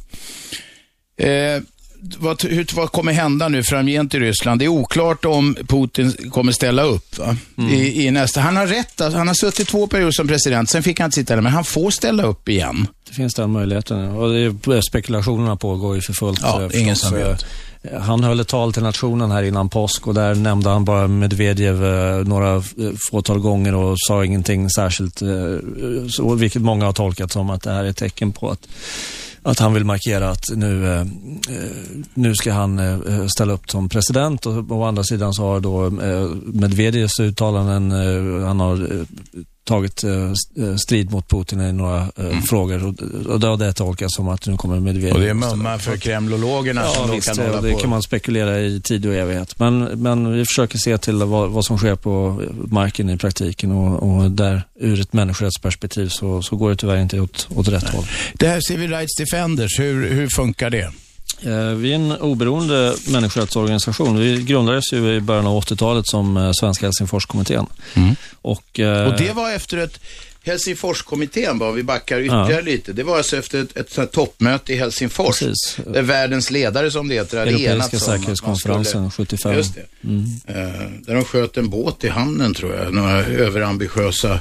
Eh Vad, hur, vad kommer hända nu framgent i Ryssland? Det är oklart om Putin kommer ställa upp va? Mm. I, i nästa. Han har rätt, alltså, han har suttit två perioder som president, sen fick han inte sitta där, men han får ställa upp igen. Det finns den möjligheten, och det är, spekulationerna pågår ju för fullt. Ja, ingen som vet. Han höll ett tal till nationen här innan påsk och där nämnde han bara Medvedev några fåtal gånger och sa ingenting särskilt, så, vilket många har tolkat som att det här är ett tecken på att Att han vill markera att nu, eh, nu ska han eh, ställa upp som president. Och å andra sidan så har då eh, Medvedevs uttalanden, eh, han har eh, tagit eh, strid mot Putin i några eh, mm. frågor. Och, och då har det tolkats som att nu kommer Medvedev. Och det är mumma för kremlologerna ja, som visst, kan hålla det på. kan man spekulera i tid och evighet. Men, men vi försöker se till vad, vad som sker på marken i praktiken. Och, och där ur ett människorättsperspektiv så, så går det tyvärr inte åt, åt rätt Nej. håll. Det här Civil Rights Defenders, hur, hur funkar det? Vi är en oberoende människorättsorganisation. Vi grundades ju i början av åttiotalet som Svenska Helsingforskommittén. Mm. Och, och det var efter ett Helsingforskommittén, bara vi backar ytterligare ja. lite. Det var alltså efter ett, ett, ett toppmöte i Helsingfors. Precis. Där världens ledare, som det heter, Europeiska säkerhetskonferensen sjuttiofem. Just det. Mm. Uh, där de sköt en båt i hamnen, tror jag. Några överambitiösa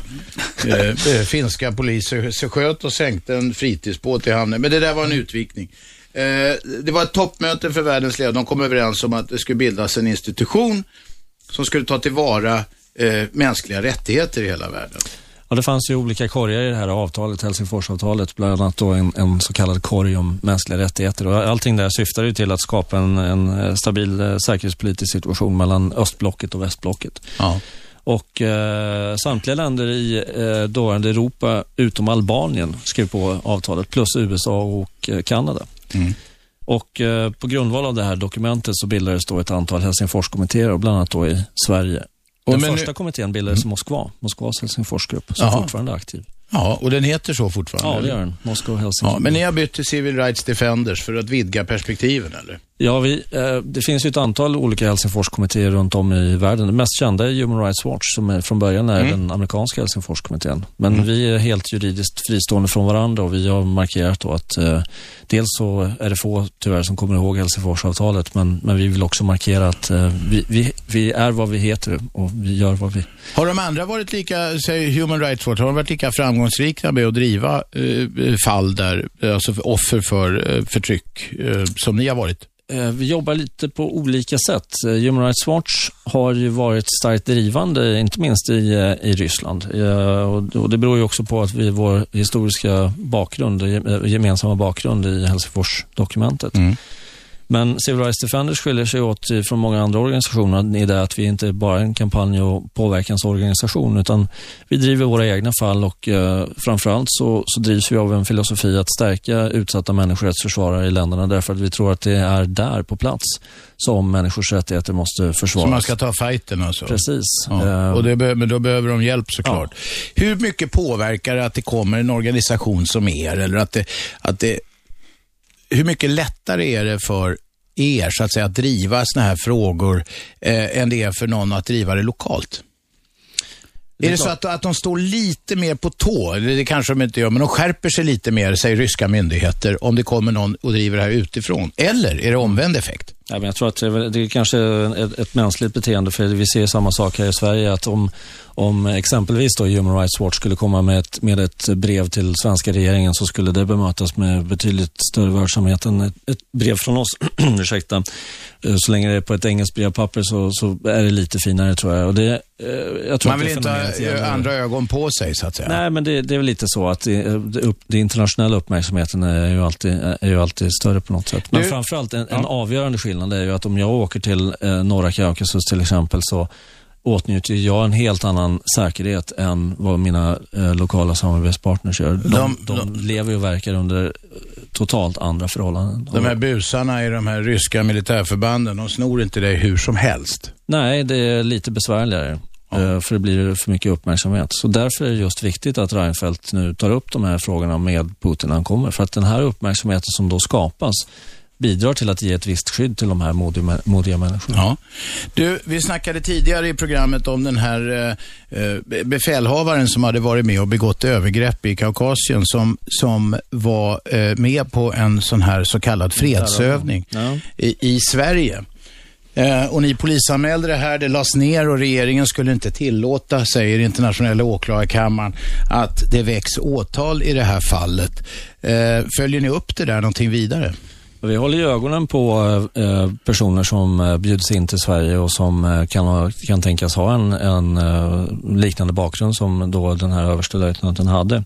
uh, finska poliser så sköt och sänkte en fritidsbåt i hamnen. Men det där var en utvikning. Uh, det var ett toppmöte för världens ledare. De kom överens om att det skulle bildas en institution som skulle ta tillvara uh, mänskliga rättigheter i hela världen. Ja, det fanns ju olika korgar i det här avtalet, Helsingforsavtalet, bland annat då en, en så kallad korg om mänskliga rättigheter. Och allting där syftar ju till att skapa en, en stabil eh, säkerhetspolitisk situation mellan östblocket och västblocket. Ja. Och eh, samtliga länder i eh, dåvarande Europa utom Albanien skrev på avtalet, plus U S A och eh, Kanada. Mm. Och eh, på grundval av det här dokumentet så bildades då ett antal Helsingforskommittéer, bland annat då i Sverige. Den men första nu... kommittén bildades i mm. Moskva, Moskvas Helsingforsgrupp, som Aha. fortfarande är aktiv. Ja, och den heter så fortfarande? Ja, det gör den. Moskva Helsingfors. Ja, men ni har bytt till Civil Rights Defenders för att vidga perspektiven, eller? Ja, vi, eh, det finns ju ett antal olika Helsingforskommittéer runt om i världen. Det mest kända är Human Rights Watch, som är från början är mm. den amerikanska Helsingforskommittén. Men mm. vi är helt juridiskt fristående från varandra, och vi har markerat då att eh, dels så är det få tyvärr som kommer ihåg Helsingforsavtalet, men, men vi vill också markera att eh, vi, vi, vi är vad vi heter och vi gör vad vi... Har de andra varit lika, säg Human Rights Watch, har de varit lika framgångsrika med att driva eh, fall där, alltså för offer för eh, förtryck eh, som ni har varit? Vi jobbar lite på olika sätt. Human Rights Watch har ju varit starkt drivande, inte minst i, i Ryssland. Och det beror ju också på att vi vår historiska bakgrund, gemensamma bakgrund i Helsingforsdokumentet. Mm. Men Civil Rights Defenders skiljer sig åt från många andra organisationer i det att vi inte bara är en kampanj- och påverkansorganisation, utan vi driver våra egna fall, och eh, framförallt så, så drivs vi av en filosofi att stärka utsatta människorättsförsvarare i länderna, därför att vi tror att det är där på plats som människors rättigheter måste försvaras. Så man ska ta fighten alltså? Precis. Ja. Uh, och det be- men då behöver de hjälp såklart. Ja. Hur mycket påverkar det att det kommer en organisation som er, eller att det... Att det hur mycket lättare är det för er så att säga att driva såna här frågor eh, än det är för någon att driva det lokalt? Det är, är det så att, att de står lite mer på tå, eller det kanske de inte gör, men de skärper sig lite mer, säger ryska myndigheter, om det kommer någon och driver det här utifrån? Eller är det omvänd effekt? Ja, men jag tror att det är, det är kanske ett, ett mänskligt beteende, för vi ser samma sak här i Sverige, att om, om exempelvis då Human Rights Watch skulle komma med ett, med ett brev till svenska regeringen, så skulle det bemötas med betydligt större vördsamhet än ett, ett brev från oss. Ursäkta. Så länge det är på ett engelskt brevpapper så, så är det lite finare, tror jag. Och det, jag tror Man vill det inte ha andra ögon på sig, så att säga. Nej, men det, det är väl lite så att det, det, det internationella uppmärksamheten är ju alltid, är ju alltid större på något sätt. Men du, framförallt en, ja. en avgörande skillnad är ju att om jag åker till eh, norra Kaukasus till exempel, så åtnjuter jag en helt annan säkerhet än vad mina eh, lokala samarbetspartners gör. De, de, de, de lever och verkar under totalt andra förhållanden. De här busarna i de här ryska militärförbanden, de snor inte det hur som helst. Nej, det är lite besvärligare. Ja. För det blir för mycket uppmärksamhet. Så därför är det just viktigt att Reinfeldt nu tar upp de här frågorna med Putin när han kommer. För att den här uppmärksamheten som då skapas bidrar till att ge ett visst skydd till de här modiga, modiga människorna. Ja. Du, vi snackade tidigare i programmet om den här eh, befälhavaren som hade varit med och begått övergrepp i Kaukasien, som, som var eh, med på en sån här så kallad fredsövning ja. i, i Sverige. Eh, och ni polisanmälde det här, det lades ner och regeringen skulle inte tillåta, säger internationella åklagarkammaren, att det väcks åtal i det här fallet. Eh, följer ni upp det där någonting vidare? Vi håller ju ögonen på eh, personer som eh, bjuds in till Sverige och som eh, kan, ha, kan tänkas ha en, en eh, liknande bakgrund som då den här överste löjtnanten hade.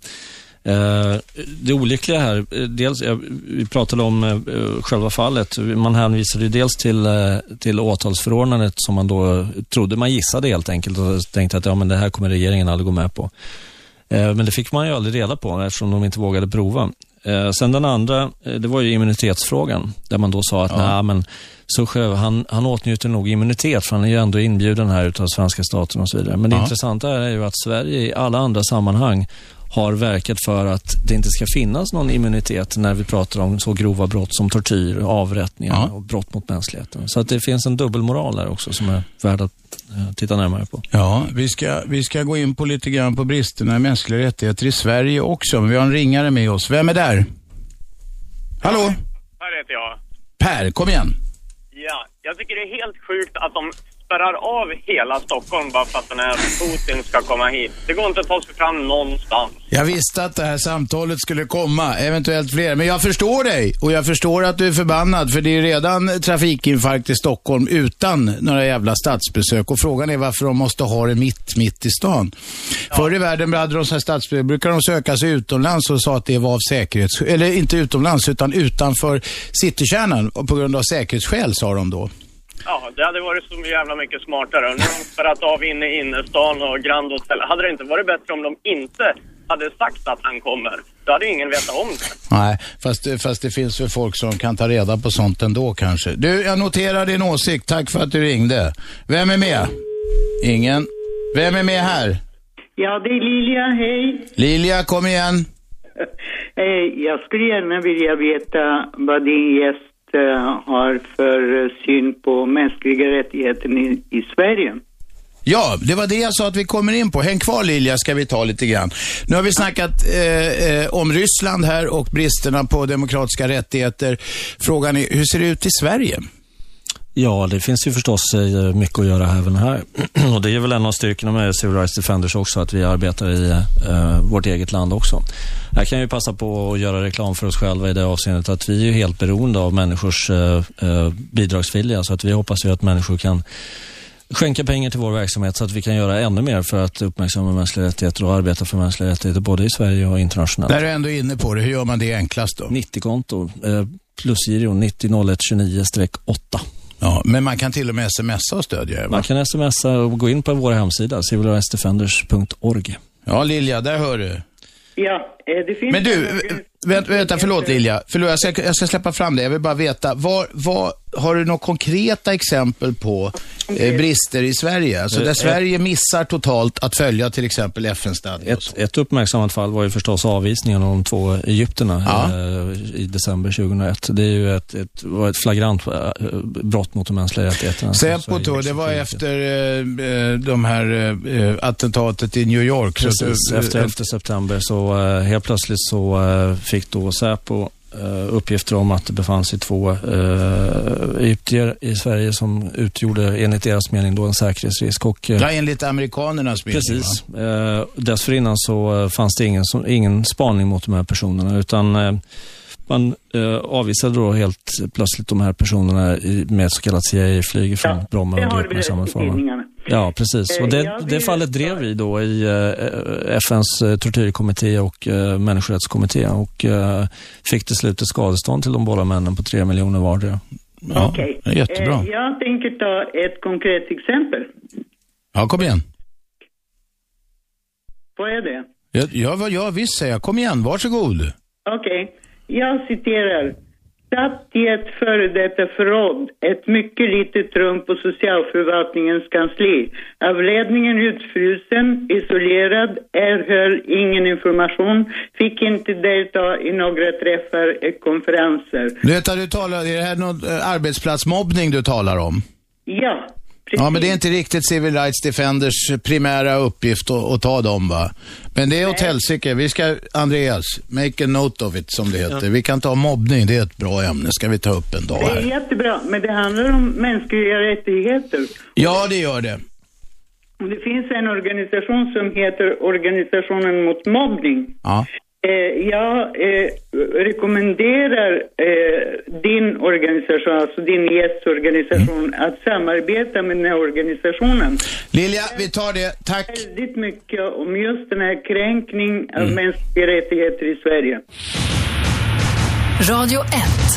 Eh, det olyckliga här, dels, eh, vi pratade om eh, själva fallet, man hänvisade ju dels till, eh, till åtalsförordnandet som man då trodde, man gissade helt enkelt och tänkte att ja, men det här kommer regeringen aldrig gå med på. Eh, men det fick man ju aldrig reda på eftersom de inte vågade prova. Eh, sen den andra, det var ju immunitetsfrågan, där man då sa att ja. nej, men Suchev, han, han åtnjuter nog immunitet, för han är ju ändå inbjuden här utav svenska staten och så vidare. Men det ja. intressanta är ju att Sverige i alla andra sammanhang har verkat för att det inte ska finnas någon immunitet när vi pratar om så grova brott som tortyr, avrättningar ja. och brott mot mänskligheten. Så att det finns en dubbelmoral där också som är värd att eh, titta närmare på. Ja, vi ska, vi ska gå in på lite grann på bristerna i mänskliga rättigheter i Sverige också. Men vi har en ringare med oss. Vem är där? Hallå? Här heter jag. Per, kom igen. Ja, jag tycker det är helt sjukt att de spärrar av hela Stockholm bara för att den här Putin ska komma hit. Det går inte att ta sig fram någonstans. Jag visste att det här samtalet skulle komma, eventuellt fler. Men jag förstår dig och jag förstår att du är förbannad för det är redan trafikinfarkt i Stockholm utan några jävla statsbesök. Och frågan är varför de måste ha det mitt, mitt i stan. Ja. Förr i världen hade de så här statsbesök, brukar de söka sig utomlands och sa att det var av säkerhets... Eller inte utomlands utan utanför citykärnan och på grund av säkerhetsskäl sa de då. Ja, det hade varit så jävla mycket smartare. Nu har de spärrat av inne i innerstan och Grand Hotel. Hade det inte varit bättre om de inte hade sagt att han kommer? Då hade ingen vetat om det. Nej, fast, fast det finns för folk som kan ta reda på sånt ändå kanske. Du, jag noterar din åsikt. Tack för att du ringde. Vem är med? Ingen. Vem är med här? Ja, det är Lilja. Hej. Lilja, kom igen. Hej, jag skulle gärna vilja veta vad din gäst har för syn på mänskliga rättigheter i, i Sverige. Ja, det var det jag sa att vi kommer in på. Häng kvar Lilja, ska vi ta lite grann. Nu har vi snackat eh, eh, om Ryssland här och bristerna på demokratiska rättigheter. Frågan är, hur ser det ut i Sverige? Ja, det finns ju förstås mycket att göra även här. Och det är väl en av styrkorna med Civil Rights Defenders också, att vi arbetar i uh, vårt eget land också. Här kan ju passa på att göra reklam för oss själva i det avseendet att vi är helt beroende av människors uh, uh, bidragsvilja. Så att vi hoppas ju att människor kan skänka pengar till vår verksamhet så att vi kan göra ännu mer för att uppmärksamma mänskliga rättigheter och arbeta för mänskliga rättigheter både i Sverige och internationellt. Där är du ändå inne på det. Hur gör man det enklast då? nittio-konto, uh, plusgiro nittio noll ett tjugonio åtta. Ja, men man kan till och med smsa och stödja er, va? Man kan smsa och gå in på vår hemsida civil rights defenders punkt org. Ja, Lilja, där hör du. Ja, det finns... Men du, vänta, vänta förlåt Lilja. Förlåt, jag ska, jag ska släppa fram det. Jag vill bara veta, var, var, har du några konkreta exempel på eh, brister i Sverige? Alltså där Sverige missar totalt att följa till exempel F N-stadgan. Ett, ett uppmärksammat fall var ju förstås avvisningen av de två egypterna ja. eh, i december tjugohundraett. Det är ju ett, ett, var ett flagrant eh, brott mot de mänskliga rättigheterna. Säpo då, det var efter eh, de här eh, attentatet i New York. Precis, så, efter elfte september så eh, helt plötsligt så eh, fick då Säpo Uh, uppgifter om att det befann sig två uh, egyptier i Sverige som utgjorde enligt deras mening då en säkerhetsrisk. Och, uh, ja, enligt amerikanernas mening. Precis. Uh, dessförinnan så uh, fanns det ingen, som, ingen spaning mot de här personerna utan uh, man uh, avvisade då helt plötsligt de här personerna i, med så kallat C I A-flyg från ja, Bromma och uppmärksammade former. Ja, precis. Och det, det fallet drev vi då i uh, F N:s uh, tortyrkommitté och uh, människorättskommitté och uh, fick till slut ett skadestånd till de båda männen på tre miljoner vardera. Ja, okej. Okay. Jättebra. Eh, jag tänker ta ett konkret exempel. Ja, kom igen. Vad är det? Ja, ja, ja visst säger jag. Kom igen, varsågod. Okej. Okay. Jag citerar. Satt i ett före detta förråd, ett mycket litet rum på socialförvaltningens kansli. Avledningen utfrusen, isolerad, erhöll ingen information, fick inte delta i några träffar och konferenser. Du vet att du talar, är det här någon arbetsplatsmobbning du talar om? Ja. Precis. Ja, men det är inte riktigt Civil Rights Defenders primära uppgift att, att ta dem, va? Men det är åt helsike. Vi ska, Andreas, make a note of it, som det heter. Ja. Vi kan ta mobbning, det är ett bra ämne. Ska vi ta upp en dag här? Det är jättebra, men det handlar om mänskliga rättigheter. Ja, det gör det. Det finns en organisation som heter Organisationen mot mobbning. Ja. Eh, jag eh, rekommenderar eh, din organisation, alltså din gästorganisation, mm. att samarbeta med den här organisationen. Lilja, vi tar det. Tack. Väldigt mycket om just den här kränkning av mm. mänskliga rättigheter i Sverige. Radio ett.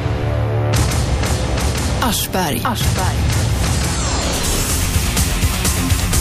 Aschberg. Aschberg.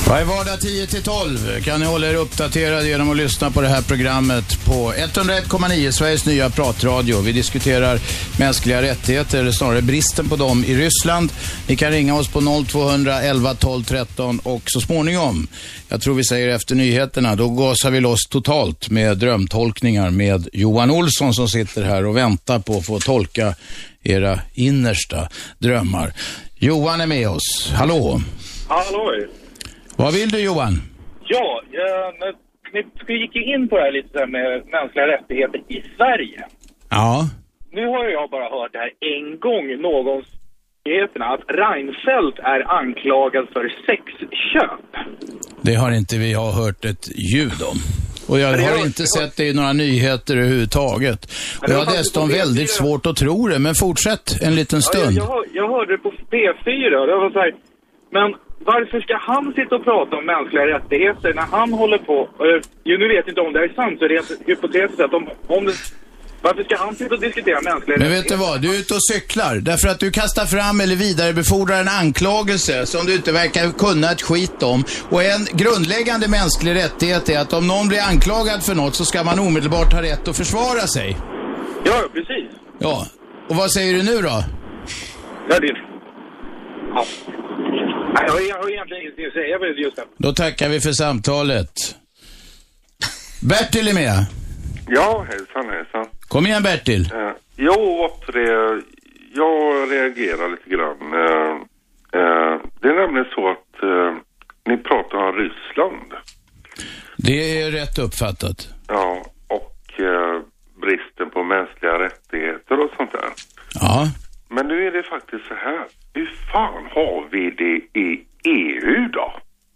Varje vardag tio till tolv kan ni hålla er uppdaterade genom att lyssna på det här programmet på etthundraett komma nio, Sveriges nya pratradio. Vi diskuterar mänskliga rättigheter, eller snarare bristen på dem i Ryssland. Ni kan ringa oss på noll två elva tolv tretton och så småningom, jag tror vi säger efter nyheterna, då gasar vi loss totalt med drömtolkningar med Johan Olsson som sitter här och väntar på att få tolka era innersta drömmar. Johan är med oss. Hallå! Hallå! Vad vill du, Johan? Ja, eh, ni gick ju in på det här lite med mänskliga rättigheter i Sverige. Ja. Nu har jag bara hört det här en gång någonstans att Reinfeldt är anklagad för sexköp. Det har inte vi har hört ett ljud om. Och jag har inte sett det i några nyheter överhuvudtaget. Och jag har dessutom väldigt svårt att tro det, men fortsätt en liten stund. Ja, jag, jag, jag hörde det på P fyra, det var så här, men varför ska han sitta och prata om mänskliga rättigheter när han håller på, ju nu vet jag inte om det är sant, så det är hypotetiskt att om, om det, varför ska han sitta och diskutera mänskliga Men rättigheter? vet du vad, du är ute och cyklar därför att du kastar fram eller vidarebefordrar en anklagelse som du inte verkar kunna ett skit om. Och en grundläggande mänsklig rättighet är att om någon blir anklagad för något så ska man omedelbart ha rätt att försvara sig. Ja, precis. Ja, och vad säger du nu då? Ja, det... Ja. Nej, jag, jag har egentligen ingenting att säga för just det. Då tackar vi för samtalet. Bertil är med. Ja, hejsan, hejsan. Kom igen, Bertil. Uh, jo, det, jag reagerar lite grann. Uh, uh, det är nämligen så att uh, ni pratar om Ryssland. Det är rätt uppfattat. Ja, och uh, bristen på mänskliga rättigheter och sånt där. Ja. Men nu är det faktiskt så här. Hur fan har vi det i E U då?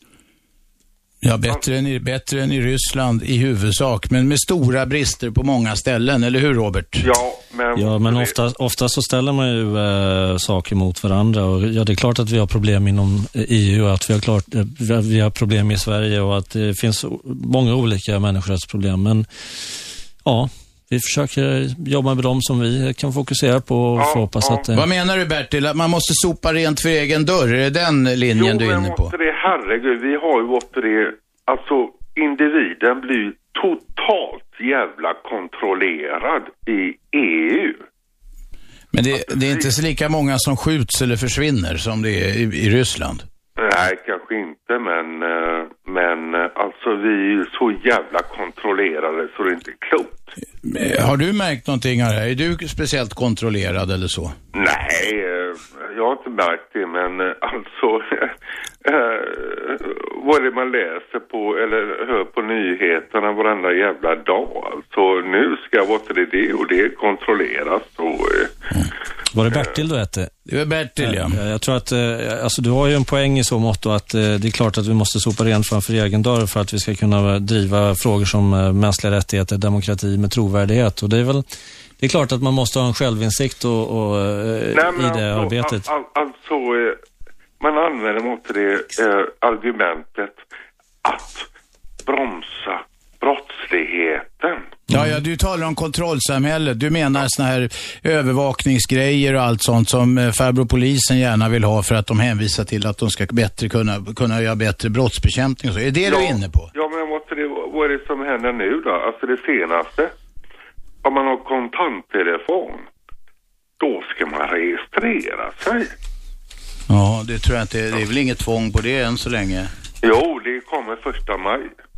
Ja, bättre än, i, bättre än i Ryssland i huvudsak, men med stora brister på många ställen, eller hur, Robert? Ja, men, ja, men ofta, ofta så ställer man ju äh, saker mot varandra. Och, ja, det är klart att vi har problem inom E U och att vi har, klart, äh, vi har problem i Sverige och att det finns många olika människorättsproblem. Men ja, vi försöker jobba med dem som vi kan fokusera på och ja, hoppas ja. att... Äh, Vad menar du, Bertil? Att man måste sopa rent för egen dörr? Är det den linjen jo, du är inne på? Jo, det, herregud, vi har ju åt det... Alltså, individen blir totalt jävla kontrollerad i E U. Men det, det är inte så lika många som skjuts eller försvinner som det är i, i Ryssland. Nej, kanske inte, men, men alltså vi är ju så jävla kontrollerade så det är inte klokt. Har du märkt någonting av det här? Är du speciellt kontrollerad eller så? Nej, jag har inte märkt det, men alltså vad är det man läser på eller hör på nyheterna varenda jävla dag? Alltså nu ska jag vara till det, det och det kontrolleras och... Mm. Var det Bertil du hette? Det var Bertil, ja. Jag, jag tror att, alltså du har ju en poäng i så mått att det är klart att vi måste sopa rent framför egen dörr för att vi ska kunna driva frågor som mänskliga rättigheter, demokrati med trovärdighet. Och det är väl, det är klart att man måste ha en självinsikt och, och Nej, i det alltså, arbetet. All, all, alltså, man använder mot det eh, argumentet att bromsa brottsligheten. Ja, ja, du talar om kontrollsamhället. Du menar såna här övervakningsgrejer och allt sånt som eh, farbror polisen gärna vill ha för att de hänvisar till att de ska bättre kunna, kunna göra bättre brottsbekämpning och så. Är det ja, du är inne på? Ja, men måste det, vad är det som händer nu då? Alltså det senaste. Om man har kontanttelefon, då ska man registrera sig. Ja, det tror jag inte. Det är väl inget tvång på det än så länge. Jo, det kommer första maj.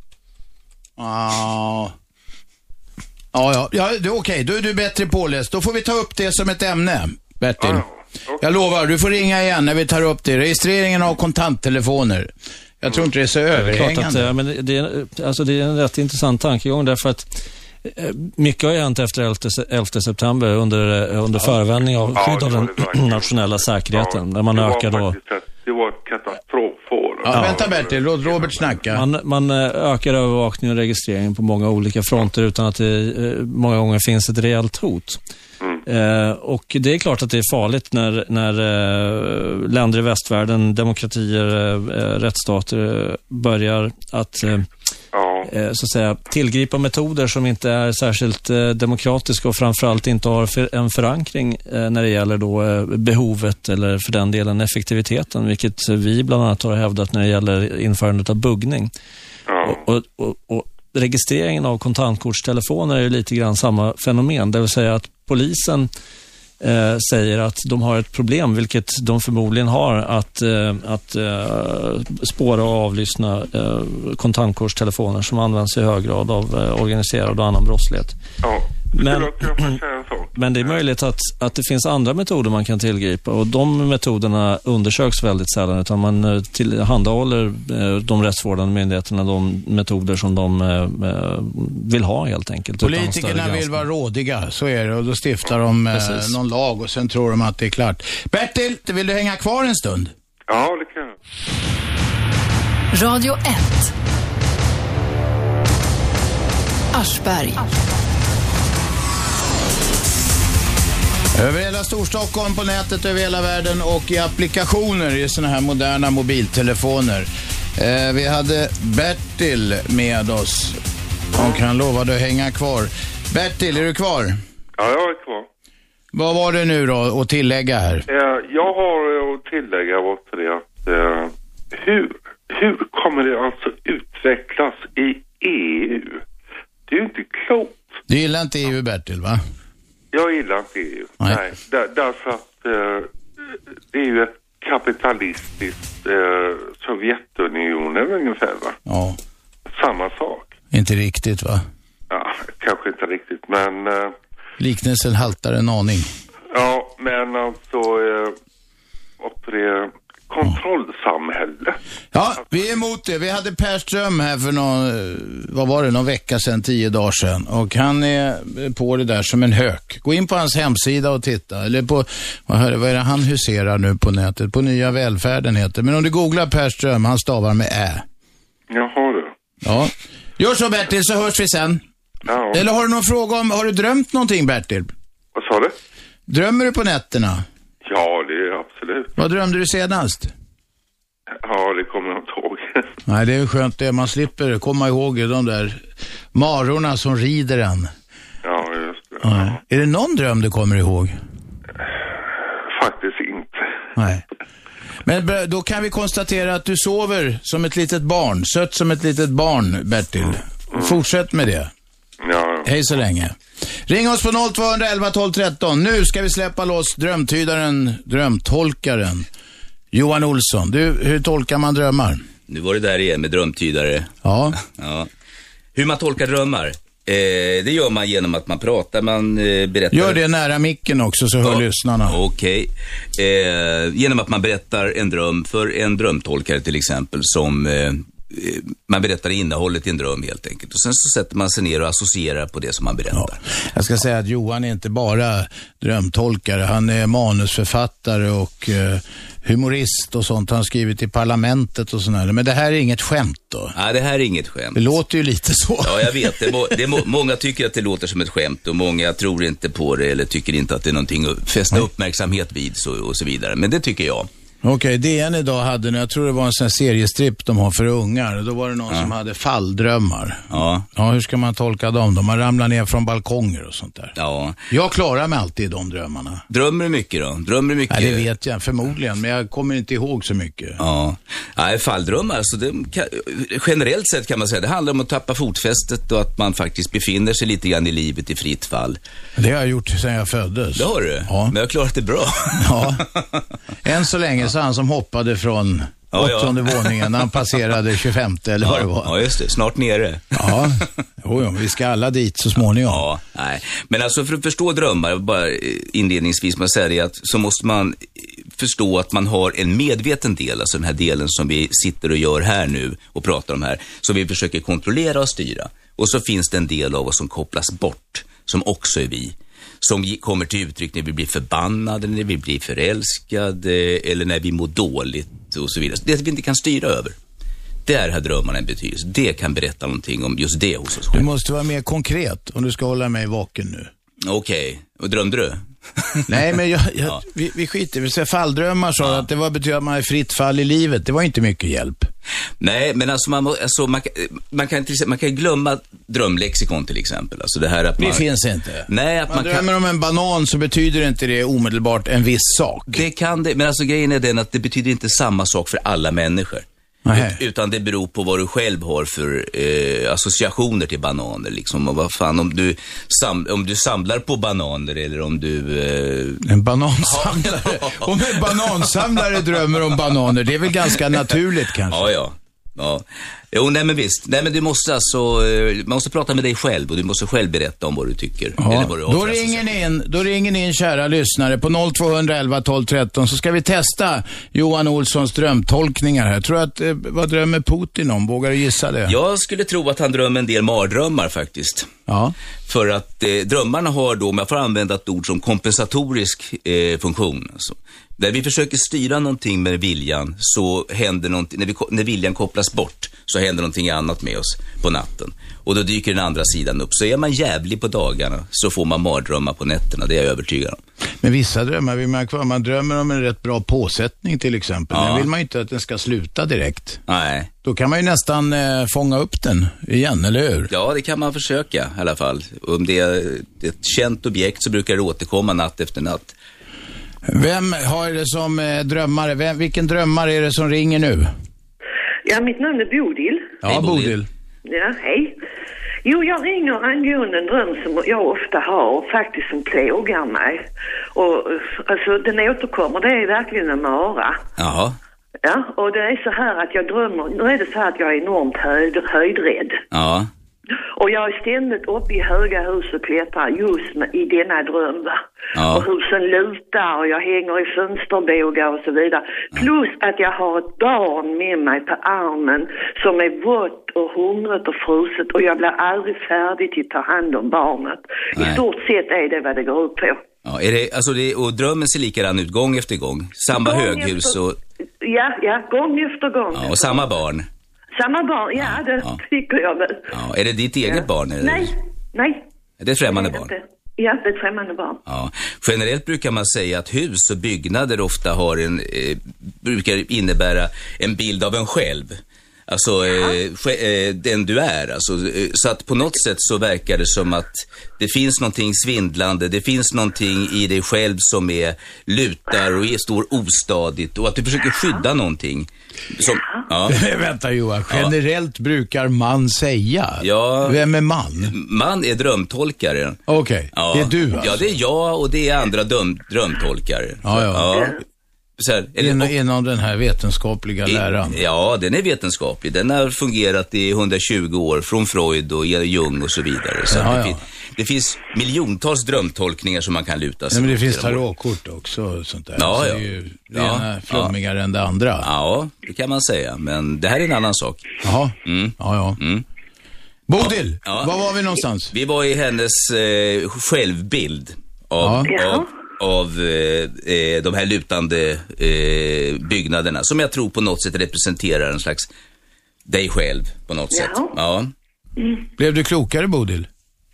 Ah. Ja, ja, ja, det är okej. Då är du bättre påläst. Då får vi ta upp det som ett ämne, Bertil. Ja, ja. Jag lovar, du får ringa igen när vi tar upp det. Registreringen av kontanttelefoner. Jag tror inte det är så överhängande. Det är klart att, men det är, alltså det är en rätt intressant tankegång därför att mycket har hänt efter elfte september under, under ja. förevändning av skydd ja, av den det nationella säkerheten. Ja, där man ökar då... Ett, det var ett katastrofår. Ja, ja, vänta Bertil, låt Robert snacka. Man, man ökar övervakning och registrering på många olika fronter utan att det många gånger finns ett reellt hot. Mm. Eh, och det är klart att det är farligt när, när eh, länder i västvärlden, demokratier, eh, rättsstater eh, börjar att... Eh, ja. eh, så att säga, tillgripa metoder som inte är särskilt eh, demokratiska och framförallt inte har för, en förankring eh, när det gäller då, eh, behovet eller för den delen effektiviteten, vilket vi bland annat har hävdat när det gäller införandet av buggning. Ja. Och, och, och registreringen av kontantkortstelefoner är ju lite grann samma fenomen, det vill säga att polisen Eh, säger att de har ett problem, vilket de förmodligen har, att, eh, att eh, spåra och avlyssna eh, kontantkortstelefoner som används i hög grad av eh, organiserad och annan brottslighet. Ja, men, jag men det är möjligt att, att det finns andra metoder man kan tillgripa, och de metoderna undersöks väldigt sällan, utan man tillhandahåller eh, de rättsvårdande myndigheterna de metoder som de eh, vill ha helt enkelt. Politikerna vill vara rådiga, så är det, och då stiftar de eh, någon lag och sen tror de att det är klart. Bertil, vill du hänga kvar en stund? Ja, det kan jag. Radio ett. Aschberg. Över hela Storstockholm, på nätet, över hela världen och i applikationer i såna här moderna mobiltelefoner. Eh, vi hade Bertil med oss. Hon kan lova att hänga kvar. Bertil, är du kvar? Ja, jag är kvar. Vad var det nu då att tillägga här? Eh, jag har att tillägga vad till det att eh, hur, hur kommer det alltså utvecklas i E U? Det är ju inte klokt. Du gillar inte E U, Bertil, va? Jag gillar inte E U. Nej. Nej där, därför att eh, det är ju ett kapitalistiskt eh, Sovjetunionen ungefär, va? Ja. Samma sak. Inte riktigt, va? Ja, kanske inte riktigt, men... Eh, liknelsen haltar en aning. Ja, men alltså... Eh, och det kontrollsamhälle. Ja, vi är emot det. Vi hade Per Ström här för någon, vad var det, någon vecka sedan, tio dagar sedan. Och han är på det där som en hök. Gå in på hans hemsida och titta. Eller på, vad är det han huserar nu på nätet? På Nya Välfärden heter. Men om du googlar Per Ström, han stavar med Ä. Jaha du. Ja. Gör så, Bertil, så hörs vi sen. Ja. Eller har du någon fråga om, har du drömt någonting, Bertil? Vad sa du? Drömmer du på nätterna? Ja, det är absolut. Vad drömde du senast? Ja, det kommer jag inte ihåg. Nej, det är ju skönt det. Man slipper komma ihåg de där marorna som rider en. Ja, just det. Ja. Är det någon dröm du kommer ihåg? Faktiskt inte. Nej. Men då kan vi konstatera att du sover som ett litet barn. Sött som ett litet barn, Bertil. Mm. Fortsätt med det. Ja. Hej så länge. Ring oss på noll två elva tolv tretton. Nu ska vi släppa loss drömtydaren, drömtolkaren Johan Olsson. Du, hur tolkar man drömmar? Nu var det där igen med drömtydare. Ja. Ja. Hur man tolkar drömmar? Eh, det gör man genom att man pratar, man eh, berättar. Gör det nära micken också så hör ja. lyssnarna. Okej. Okay. Eh, genom att man berättar en dröm för en drömtolkare till exempel, som eh, man berättar innehållet i en dröm helt enkelt. Och sen så sätter man sig ner och associerar på det som man berättar. Ja. Jag ska säga att Johan är inte bara drömtolkare. Han är manusförfattare och eh, humorist och sånt. Han har skrivit i Parlamentet och sådär. Men det här är inget skämt då? Nej, det här är inget skämt. Det låter ju lite så. Ja, jag vet. Det är må- det är må- många tycker att det låter som ett skämt och många tror inte på det eller tycker inte att det är någonting att fästa Nej. uppmärksamhet vid så, och så vidare. Men det tycker jag. Okej, okay, D N idag hade, jag tror det var en sån här seriestripp de har för ungar. Då var det någon ja. som hade falldrömmar. Ja. Ja, hur ska man tolka dem? De har ramlat ner från balkonger och sånt där. Ja. Jag klarar mig alltid i de drömmarna. Drömmer du mycket då? Drömmer du mycket? Ja, det vet jag förmodligen, men jag kommer inte ihåg så mycket. Ja, Nej, falldrömmar, alltså det kan, generellt sett kan man säga, det handlar om att tappa fotfästet och att man faktiskt befinner sig lite grann i livet i fritt fall. Det har jag gjort sedan jag föddes. Det har du? Ja. Men jag har klarat det bra. Ja. Än så länge så han som hoppade från ja, åttonde ja. våningen när han passerade tjugofemte eller ja, vad det var. Ja, just det. Snart nere. Ja, jo, jo, vi ska alla dit så småningom. Ja, nej. Men alltså för att förstå drömmar, bara inledningsvis man säger att så måste man förstå att man har en medveten del, alltså den här delen som vi sitter och gör här nu och pratar om här, som vi försöker kontrollera och styra. Och så finns det en del av oss som kopplas bort, som också är vi. Som kommer till uttryck när vi blir förbannade, när vi blir förälskade eller när vi mår dåligt och så vidare. Det vi inte kan styra över. Där har drömmarna en betydelse. Det kan berätta någonting om just det hos oss själva. Du måste vara mer konkret om du ska hålla mig vaken nu. Okej, okay. Och drömde du? Nej, men jag, jag, ja. vi, vi skiter. Vi ser falldrömmar så ja. att det var betyder att man är fritt fall i livet. Det var inte mycket hjälp. Nej, men alltså man, alltså man, man, kan, man kan glömma drömlexikon till exempel. Alltså det här att man, det finns inte. Nej, att man, man drömmer kan, om en banan så betyder inte det omedelbart en viss sak. Det kan det, men alltså grejen är den att det betyder inte samma sak för alla människor. Ut, utan det beror på vad du själv har för eh, associationer till bananer liksom. Och vad fan, om du, sam, om du samlar på bananer eller om du... Eh... En banansamlare? Om en banansamlare drömmer om bananer, det är väl ganska naturligt kanske? Ja, ja. Ja. Jo, nej men visst. Nej men du måste alltså, man måste prata med dig själv och du måste själv berätta om vad du tycker. Ja, eller vad du då ringer ni in, då ringer ni in kära lyssnare på noll två elva tolv tretton så ska vi testa Johan Olssons drömtolkningar här. Tror att, eh, vad drömmer Putin om? Vågar du gissa det? Jag skulle tro att han drömmer en del mardrömmar faktiskt. Ja. För att eh, drömmarna har då, om jag får använda ett ord som kompensatorisk eh, funktion alltså. Där vi försöker styra någonting med viljan så händer någonting, när, vi, när viljan kopplas bort så händer någonting annat med oss på natten. Och då dyker den andra sidan upp. Så är man jävlig på dagarna så får man mardrömmar på nätterna, det är jag övertygad om. Men vissa drömmar, vi märker vad man drömmer om en rätt bra påsättning till exempel. Ja. Men vill man inte att den ska sluta direkt. Nej. Då kan man ju nästan eh, fånga upp den igen, eller hur? Ja, det kan man försöka i alla fall. Om det är ett känt objekt så brukar det återkomma natt efter natt. Vem har det som eh, drömmare? Vem, vilken drömmare är det som ringer nu? Ja, mitt namn är Bodil. Ja, hej, Bodil. Bodil. Ja, hej. Jo, jag ringer angående en dröm som jag ofta har och faktiskt som plågar mig. Och alltså, den återkommer, det är verkligen en mara. Jaha. Ja, och det är så här att jag drömmer, nu är det så här att jag är enormt höjd, höjdrädd. Ja. Och jag är ständigt uppe i höga hus och klättrar just med, i denna dröm. Ja. Och husen lutar och jag hänger i fönsterbågar och så vidare. Ja. Plus att jag har ett barn med mig på armen som är vått och hungrigt och fruset och jag blir aldrig färdig till att ta hand om barnet. Nej. I stort sett är det vad det går ut på. Ja, är det, alltså det, och drömmen ser likadan ut gång efter gång? Samma gång höghus efter, och... Ja, ja, gång efter gång. Ja, och samma barn? Samma barn, ja, ja det ja. tycker jag väl. Ja, är det ditt eget ja. barn? Eller? Nej, nej. Är det ett främmande barn? Inte. Ja, det är ett främmande barn. Ja. Generellt brukar man säga att hus och byggnader ofta har en, eh, brukar innebära en bild av en själv. Alltså eh, den du är alltså, så att på något sätt så verkar det som att det finns någonting svindlande, det finns någonting i dig själv som är lutar och är står ostadigt och att du försöker skydda någonting som, ja. Vänta Johan, generellt ja. brukar man säga. Ja. Vem är man? Man är drömtolkare. Okej, okay. ja. det är du alltså. Ja, det är jag och det är andra döm, drömtolkare. Ja, ja. ja. Så här, eller, inom, inom den här vetenskapliga i, läran. Ja, den är vetenskaplig. Den har fungerat i hundratjugo år från Freud och Jung och så vidare. Så ja, det, ja. Fin, det finns miljontals drömtolkningar som man kan luta sig. Ja, men det finns tarotkort också och sånt där. Ja, så ja. det är ju det ja, ena flummigare ja. än det andra. Ja, det kan man säga. Men det här är en annan sak. Jaha, mm. ja, ja. Mm. Bodil, ja. Ja. Var var vi någonstans? Vi var i hennes eh, självbild av... Ja. av av eh, de här lutande eh, byggnaderna som jag tror på något sätt representerar en slags dig själv på något ja. sätt. Ja. Mm. Blev du klokare, Bodil?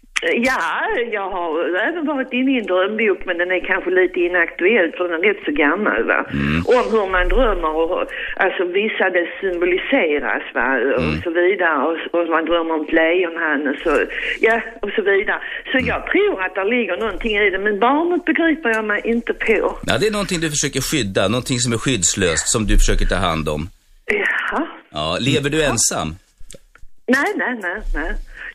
Ja, jag har även varit inne i en drömbok, men den är kanske lite inaktuell för den är rätt så gammal, va? Mm. Om hur man drömmer och alltså vissa det symboliseras, va? Och mm. så vidare och, och man drömmer om ett lejonhanne och så, ja, och så vidare. Så mm. jag tror att det ligger någonting i det, men barnet begriper jag mig inte på. Ja, det är någonting du försöker skydda, någonting som är skyddslöst som du försöker ta hand om. Ja. Ja, lever du ensam? Nej, nej, nej, nej.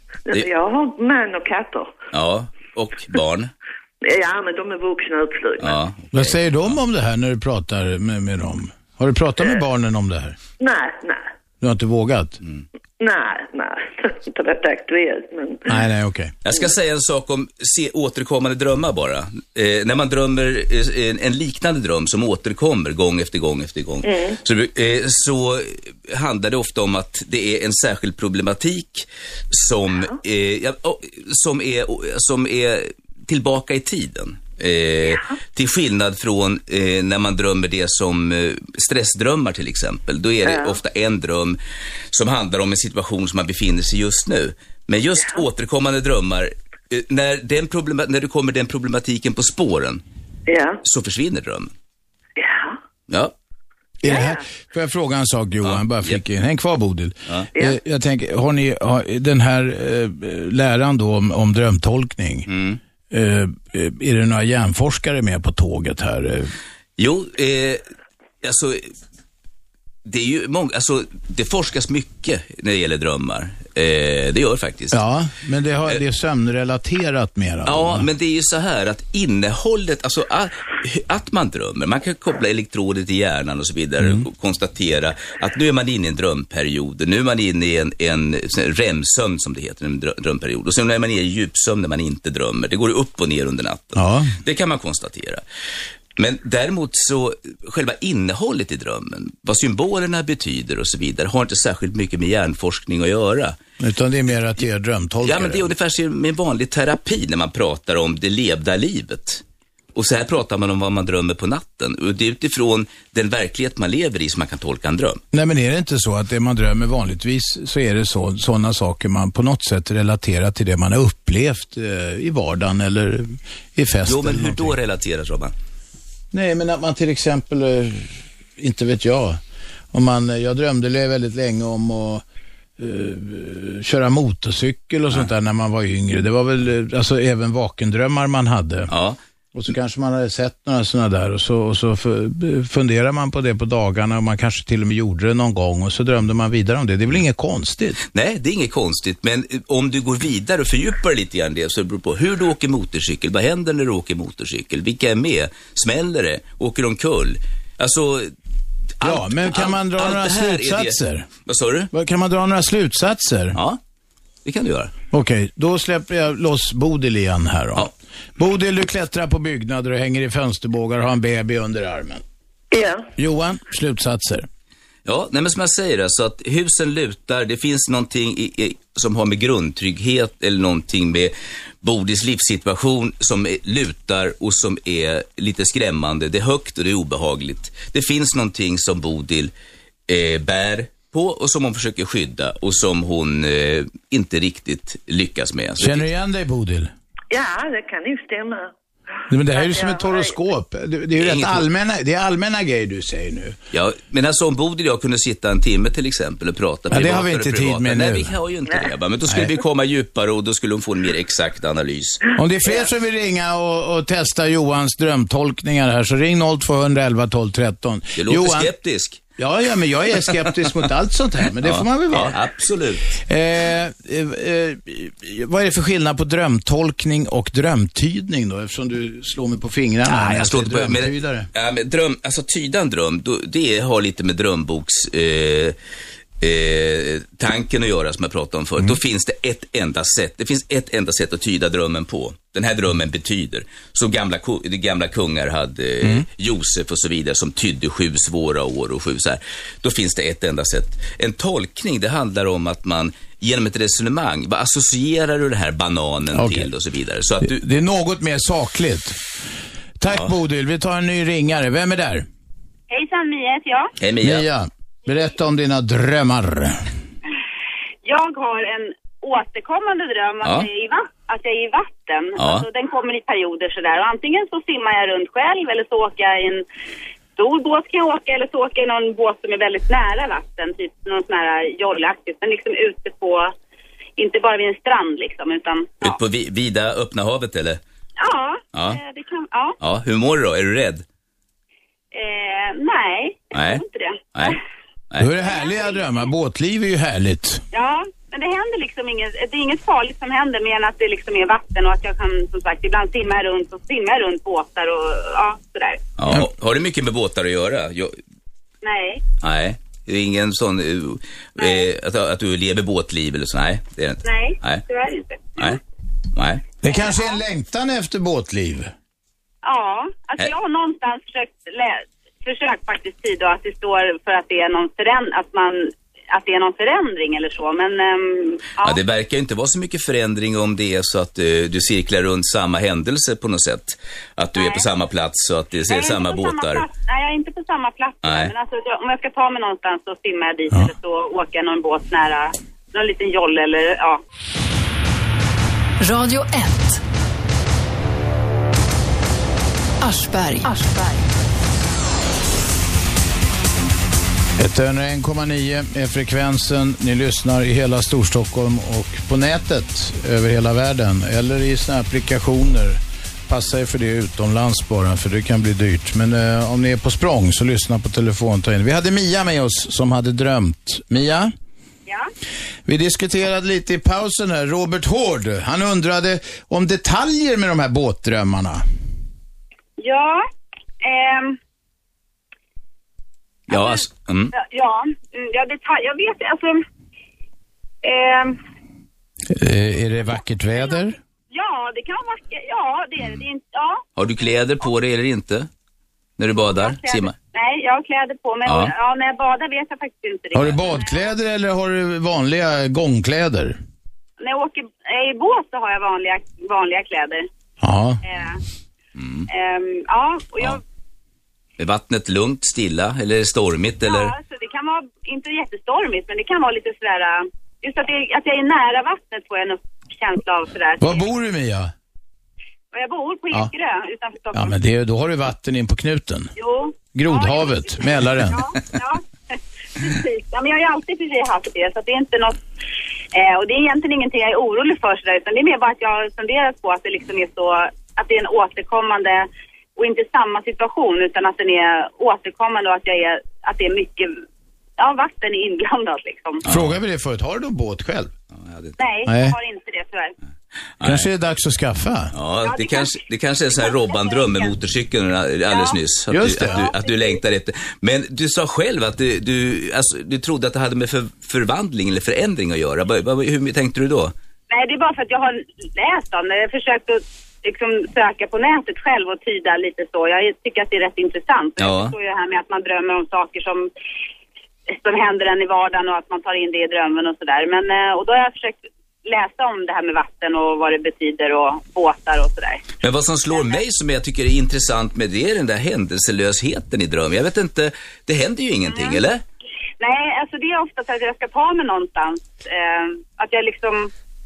Jag har man och katter. Ja, och barn. Ja, men de är vuxna utslutna. Ja, okay. Vad säger de om det här när du pratar med, med dem? Har du pratat med äh, barnen om det här? Nej, nej. Du har inte vågat? Mm. Nej, nej. Inte rätt aktuellt, men... Nej, nej, okej. Okay. Jag ska säga en sak om se, återkommande drömmar bara. Eh, när man drömmer eh, en, en liknande dröm som återkommer gång efter gång efter gång. Mm. Så, eh, så handlar det ofta om att det är en särskild problematik som, ja. eh, ja, som, är, som är tillbaka i tiden. Eh, ja. Till skillnad från eh, när man drömmer det som eh, stressdrömmar till exempel. Då är det ja. ofta en dröm som handlar om en situation som man befinner sig just nu. Men just ja. återkommande drömmar eh, när, den problema- när du kommer den problematiken på spåren, Ja. så försvinner drömmen. Ja. Ja. Är det här, får jag fråga en sak Johan, Ja. bara fick in. Häng kvar Bodil. Ja. Eh, jag tänker, har ni har, den här eh, läran då om, om drömtolkning, Mm. eh, är det några hjärnforskare med på tåget här? Jo, eh, alltså det är ju många, alltså det forskas mycket när det gäller drömmar. Eh, det gör faktiskt. Ja, men det, har, det är sömnrelaterat mera. Ja, men det är ju så här att innehållet, alltså att, att man drömmer, man kan koppla elektroder till hjärnan och så vidare Mm. och konstatera att nu är man inne i en drömperiod, nu är man inne i en, en, en REM-sömn som det heter, en drö- drömperiod, och sen är man nere i djupsömn när man inte drömmer. Det går upp och ner under natten. Ja. Det kan man konstatera. Men däremot så, själva innehållet i drömmen, vad symbolerna betyder och så vidare, har inte särskilt mycket med hjärnforskning att göra. Utan det är mer att det är drömtolkare. Ja, men det är ungefär som med en vanlig terapi när man pratar om det levda livet. Och så här pratar man om vad man drömmer på natten. Och det är utifrån den verklighet man lever i som man kan tolka en dröm. Nej, men är det inte så att det man drömmer vanligtvis så är det så, sådana saker man på något sätt relaterar till det man har upplevt eh, i vardagen eller i festen? Jo, men hur någonting. då relateras, Robban? Nej, men att man till exempel, eh, inte vet jag, om man, jag drömde det väldigt länge om att eh, köra motorcykel och sånt där när man var yngre. Det var väl eh, alltså även vakendrömmar man hade. Ja. Och så kanske man hade sett några sådana där och så, och så f- funderar man på det på dagarna och man kanske till och med gjorde det någon gång och så drömde man vidare om det. Det är väl inget konstigt? Nej, det är inget konstigt, men om du går vidare och fördjupar lite grann det, så beror det på hur du åker motorcykel, vad händer när du åker motorcykel, vilka är med, smäller det, åker de kull? Alltså... Ja, allt, men kan allt, man dra allt några det här är slutsatser? Det. Vad sa du? Kan man dra några slutsatser? Ja, det kan du göra. Okej, då släpper jag loss Bodil igen här då. Ja. Bodil, du klättrar på byggnader och hänger i fönsterbågar och har en baby under armen. Ja. Johan, slutsatser. Ja, nej men som jag säger, alltså att husen lutar, det finns någonting i, i, som har med grundtrygghet eller någonting med Bodils livssituation som är, lutar och som är lite skrämmande. Det är högt och det är obehagligt. Det finns någonting som Bodil eh, bär på och som hon försöker skydda och som hon eh, inte riktigt lyckas med. Så Känner du igen dig, Bodil? Ja, det kan ju stämma. Nej, men det här är ju Ja, som ja, ett horoskop. Det, det är ju rätt Inget- allmänna, det är allmänna grejer du säger nu. Ja, men alltså om Bodil och jag kunde sitta en timme till exempel och prata Ja, det privat har vi eller inte privat. tid med Nej, nu. vi har ju inte Nej. det. Va? Men då skulle Nej. vi komma djupare och då skulle hon få en mer exakt analys. Om det är fler som vill ringa och, och testa Johans drömtolkningar här så ring noll två elva tolv tretton. Det låter Johan, skeptisk. Ja, ja, men jag är skeptisk mot allt sånt här, men det Ja, får man väl vara. Ja, absolut. Eh, eh, eh, vad är det för skillnad på drömtolkning och drömtydning då? Eftersom du slår mig på fingrarna. Ja, här, jag att slår det inte är på, men, drömtydare. ja, men dröm, alltså tyda en dröm, då, det har lite med drömboks eh, eh, tanken att göra som jag pratade om förut. Mm. Då finns det ett enda sätt. Det finns ett enda sätt att tyda drömmen på. Den här drömmen betyder. Så gamla, ko- de gamla kungar hade eh, Mm. Josef och så vidare som tydde sju svåra år och sju så här. Då finns det ett enda sätt. En tolkning, det handlar om att man genom ett resonemang, vad associerar du den här bananen Okej. till och så vidare. Så att Det, du, det är något mer sakligt. Tack Ja. Bodil, vi tar en ny ringare. Vem är där? Hejsan, Mia heter jag. hej Mia. Mia, berätta om dina drömmar. Jag har en återkommande dröm att, Ja. jag, är i vatt- att jag är i vatten. Ja. Alltså, den kommer i perioder sådär. Och antingen så simmar jag runt själv eller så åker jag i en stor båt kan jag åka eller så åker jag i någon båt som är väldigt nära vatten. Typ någon sån här jollaktigt. Men liksom ute på, inte bara vid en strand liksom utan... Ja, Ut på vi, vida öppna havet eller? ja, Ja. eh, det kan... Ja. Ja, hur mår du då? Är du rädd? Eh, nej, jag Nej. tror inte det. Nej. Då är det härliga drömmar. Båtliv är ju härligt. Ja, men det händer liksom inget, det är inget farligt som händer mer än att det liksom är vatten och att jag kan som sagt ibland simma runt och simma runt båtar och ja, sådär. Ja, har du mycket med båtar att göra? Jag, Nej, nej, det är ingen sån, eh, eh, att, att du lever båtliv eller så, nej, det är det inte. nej, Nej. tyvärr inte. Nej, nej. Det kanske är en längtan efter båtliv. Ja, alltså jag har någonstans försökt, lä- försökt faktiskt tyda att det står för att det är någon föränd- att man att det är någon förändring eller så, men ehm, ja. Ja, det verkar ju inte vara så mycket förändring om det är så att eh, du cirklar runt samma händelse på något sätt. Att du Nej. är på samma plats och att det Jag ser är inte samma på samma båtar. plats. Nej, jag är inte på samma plats. Nej. Men alltså, jag- om jag ska ta mig någonstans så simmar jag dit Ja. eller så åker jag någon båt nära någon liten jolle eller ja. Radio ett. Aschberg. Aschberg. etthundraen komma nio är frekvensen. Ni lyssnar i hela Storstockholm och på nätet över hela världen. Eller i såna applikationer. Passa er för det utomlands bara, för det kan bli dyrt. Men eh, om ni är på språng så lyssna på telefon. Ta in. Vi hade Mia med oss som hade drömt. Mia? Ja. Vi diskuterade lite i pausen här. Robert Hård, han undrade om detaljer med de här båtdrömmarna. Ja, ehm... Ja, alltså, mm. Ja, ja, detalj, jag vet alltså... Ehm... Eh, är det vackert väder? Ja, det kan vara vackert. Ja, det är det. det är inte, ja. Har du kläder på dig eller inte? När du badar, simmar? Nej, jag har kläder på mig. Ja. Ja, när jag badar vet jag faktiskt inte det. Har du badkläder eller har du vanliga gångkläder? När jag åker i båt så har jag vanliga, vanliga kläder. Ja. Eh, mm. ehm, ja, och jag... Ja. Är vattnet lugnt, stilla eller stormigt? Eller? Ja, så det kan vara inte jättestormigt, men det kan vara lite sådär... Just att, det, att jag är nära vattnet får jag en känsla av sådär. Var bor du, Mia? Och jag bor på Ekerö, ja. Utanför Stockholm. Ja, men det, då har du vatten in på knuten. Jo. Grodhavet, ja, Mälaren. Ja, ja. Precis. Ja, men jag har ju alltid precis haft det, så att det är inte något... Eh, och det är egentligen ingenting jag är orolig för sådär, utan det är mer bara att jag har funderat på att det liksom är så... Att det är en återkommande... Och inte samma situation, utan att den är återkommande och att, jag är, att det är mycket... Ja, vatten är inblandat liksom. Frågar vi det förut, har du båt själv? Nej, Nej, jag har inte det tyvärr. Kanske är det dags att skaffa. Ja, det, Ja, det kanske, det kanske är så här Robban-dröm med motorcykeln alldeles Ja. nyss. Att, Just du, det. att, du, att du längtar efter. Men du sa själv att du, du, alltså, du trodde att det hade med för, förvandling eller förändring att göra. Vad- vad- Hur tänkte du då? Nej, det är bara för att jag har läst om det. Jag har försökt att liksom söka på nätet själv och tyda lite så. Jag tycker att det är rätt intressant. Ja. Jag förstår ju det här med att man drömmer om saker som, som händer en i vardagen och att man tar in det i drömmen och sådär. Men, eh, och då har jag försökt läsa om det här med vatten och vad det betyder och båtar och sådär. Men vad som slår mig som jag tycker är intressant med det är den där händelselösheten i dröm. Jag vet inte, det händer ju ingenting, Mm. eller? Nej, alltså det är ofta så att jag ska ta mig någonstans. Eh, att jag liksom,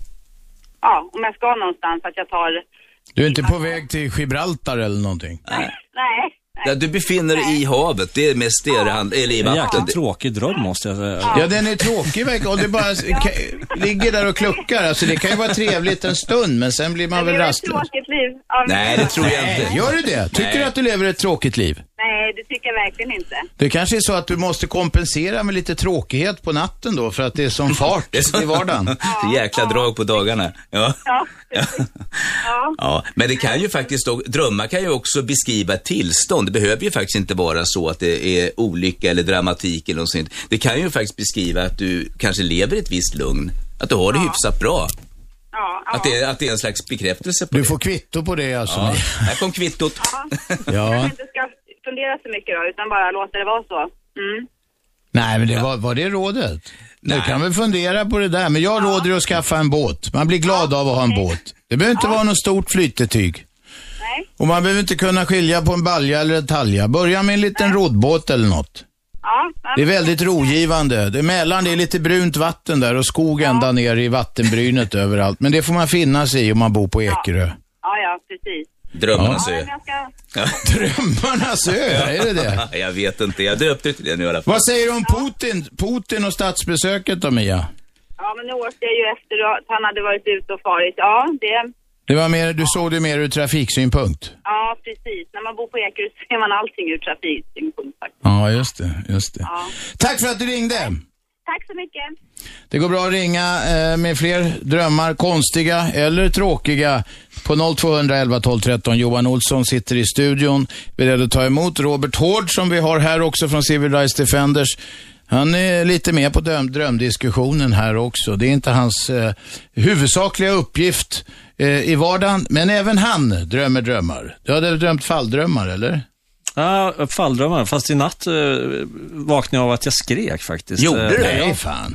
ja, om jag ska någonstans att jag tar... Du är inte på väg till Gibraltar eller någonting? Nej. Nej. Ja, du befinner dig i havet, det är mest det det handlar, eller i En vatten. jäkla tråkig dröm måste jag säga. Ja, den är tråkig verkligen. Och det bara ka- ligger där och kluckar. Alltså det kan ju vara trevligt en stund, men sen blir man väl Det är ett rastlös. tråkigt liv. Ja, men- Nej, det tror jag inte. Nej, gör du det? Tycker Nej. du att du lever ett tråkigt liv? Nej, det tycker jag verkligen inte. Det kanske är så att du måste kompensera med lite tråkighet på natten då, för att det är som fart Det är så- i vardagen. Det är jäkla drag på dagarna. Ja. Ja, precis. Ja. Ja, men det kan ju faktiskt, drömmar kan ju också beskriva ett tillstånd. Det behöver ju faktiskt inte vara så att det är olycka eller dramatik eller något sånt. Det kan ju faktiskt beskriva att du kanske lever i ett visst lugn. Att du har det hyfsat bra. Ja, ja. Att det, är, att det är en slags bekräftelse på Du det. får kvitto på det alltså. Ja, här kom kvittot. Jag Ja. kanske inte ska fundera så mycket då, utan bara låta det vara så. Mm. Nej, men det var, var det rådet? Du Nej. kan väl fundera på det där. Men jag råder dig att skaffa en båt. Man blir glad av att ha en båt. Det behöver inte vara något stort flytetyg. Nej. Och man behöver inte kunna skilja på en balja eller en talja. Börja med en liten roddbåt eller något. Ja, Det är väldigt rogivande. Det emellan det är lite brunt vatten där och skog ända ner i vattenbrynet överallt. Men det får man finna sig i om man bor på Ekerö. ja, ja, precis. Drömmarnas Ja, ö. men jag ska... Ja. Drömmarnas ö, är det det? Jag vet inte, jag döpte till det nu i alla fall. Vad säger du om Putin, Putin och statsbesöket då, Mia? Ja, men nu åkte jag ju efter att han hade varit ute och farit. Ja, det... Det var mer, du såg det mer ur trafiksynpunkt? Ja, precis. När man bor på Ekerö så ser man allting ur trafiksynpunkt faktiskt. Ja, just det, just det. Ja. Tack för att du ringde. Tack så mycket. Det går bra att ringa eh, med fler drömmar, konstiga eller tråkiga, på noll två elva tolv tretton. Johan Olsson sitter i studion, beredd att ta emot. Robert Hård, som vi har här också från Civil Rights Defenders, han är lite med på dröm- drömdiskussionen här också. Det är inte hans eh, huvudsakliga uppgift eh, i vardagen, men även han drömmer drömmar. Du hade drömt falldrömmar, eller? Ja, falldrömmar. Fast i natt eh, vaknade jag av att jag skrek faktiskt. Gjorde Eh, du? ja. Nej, fan.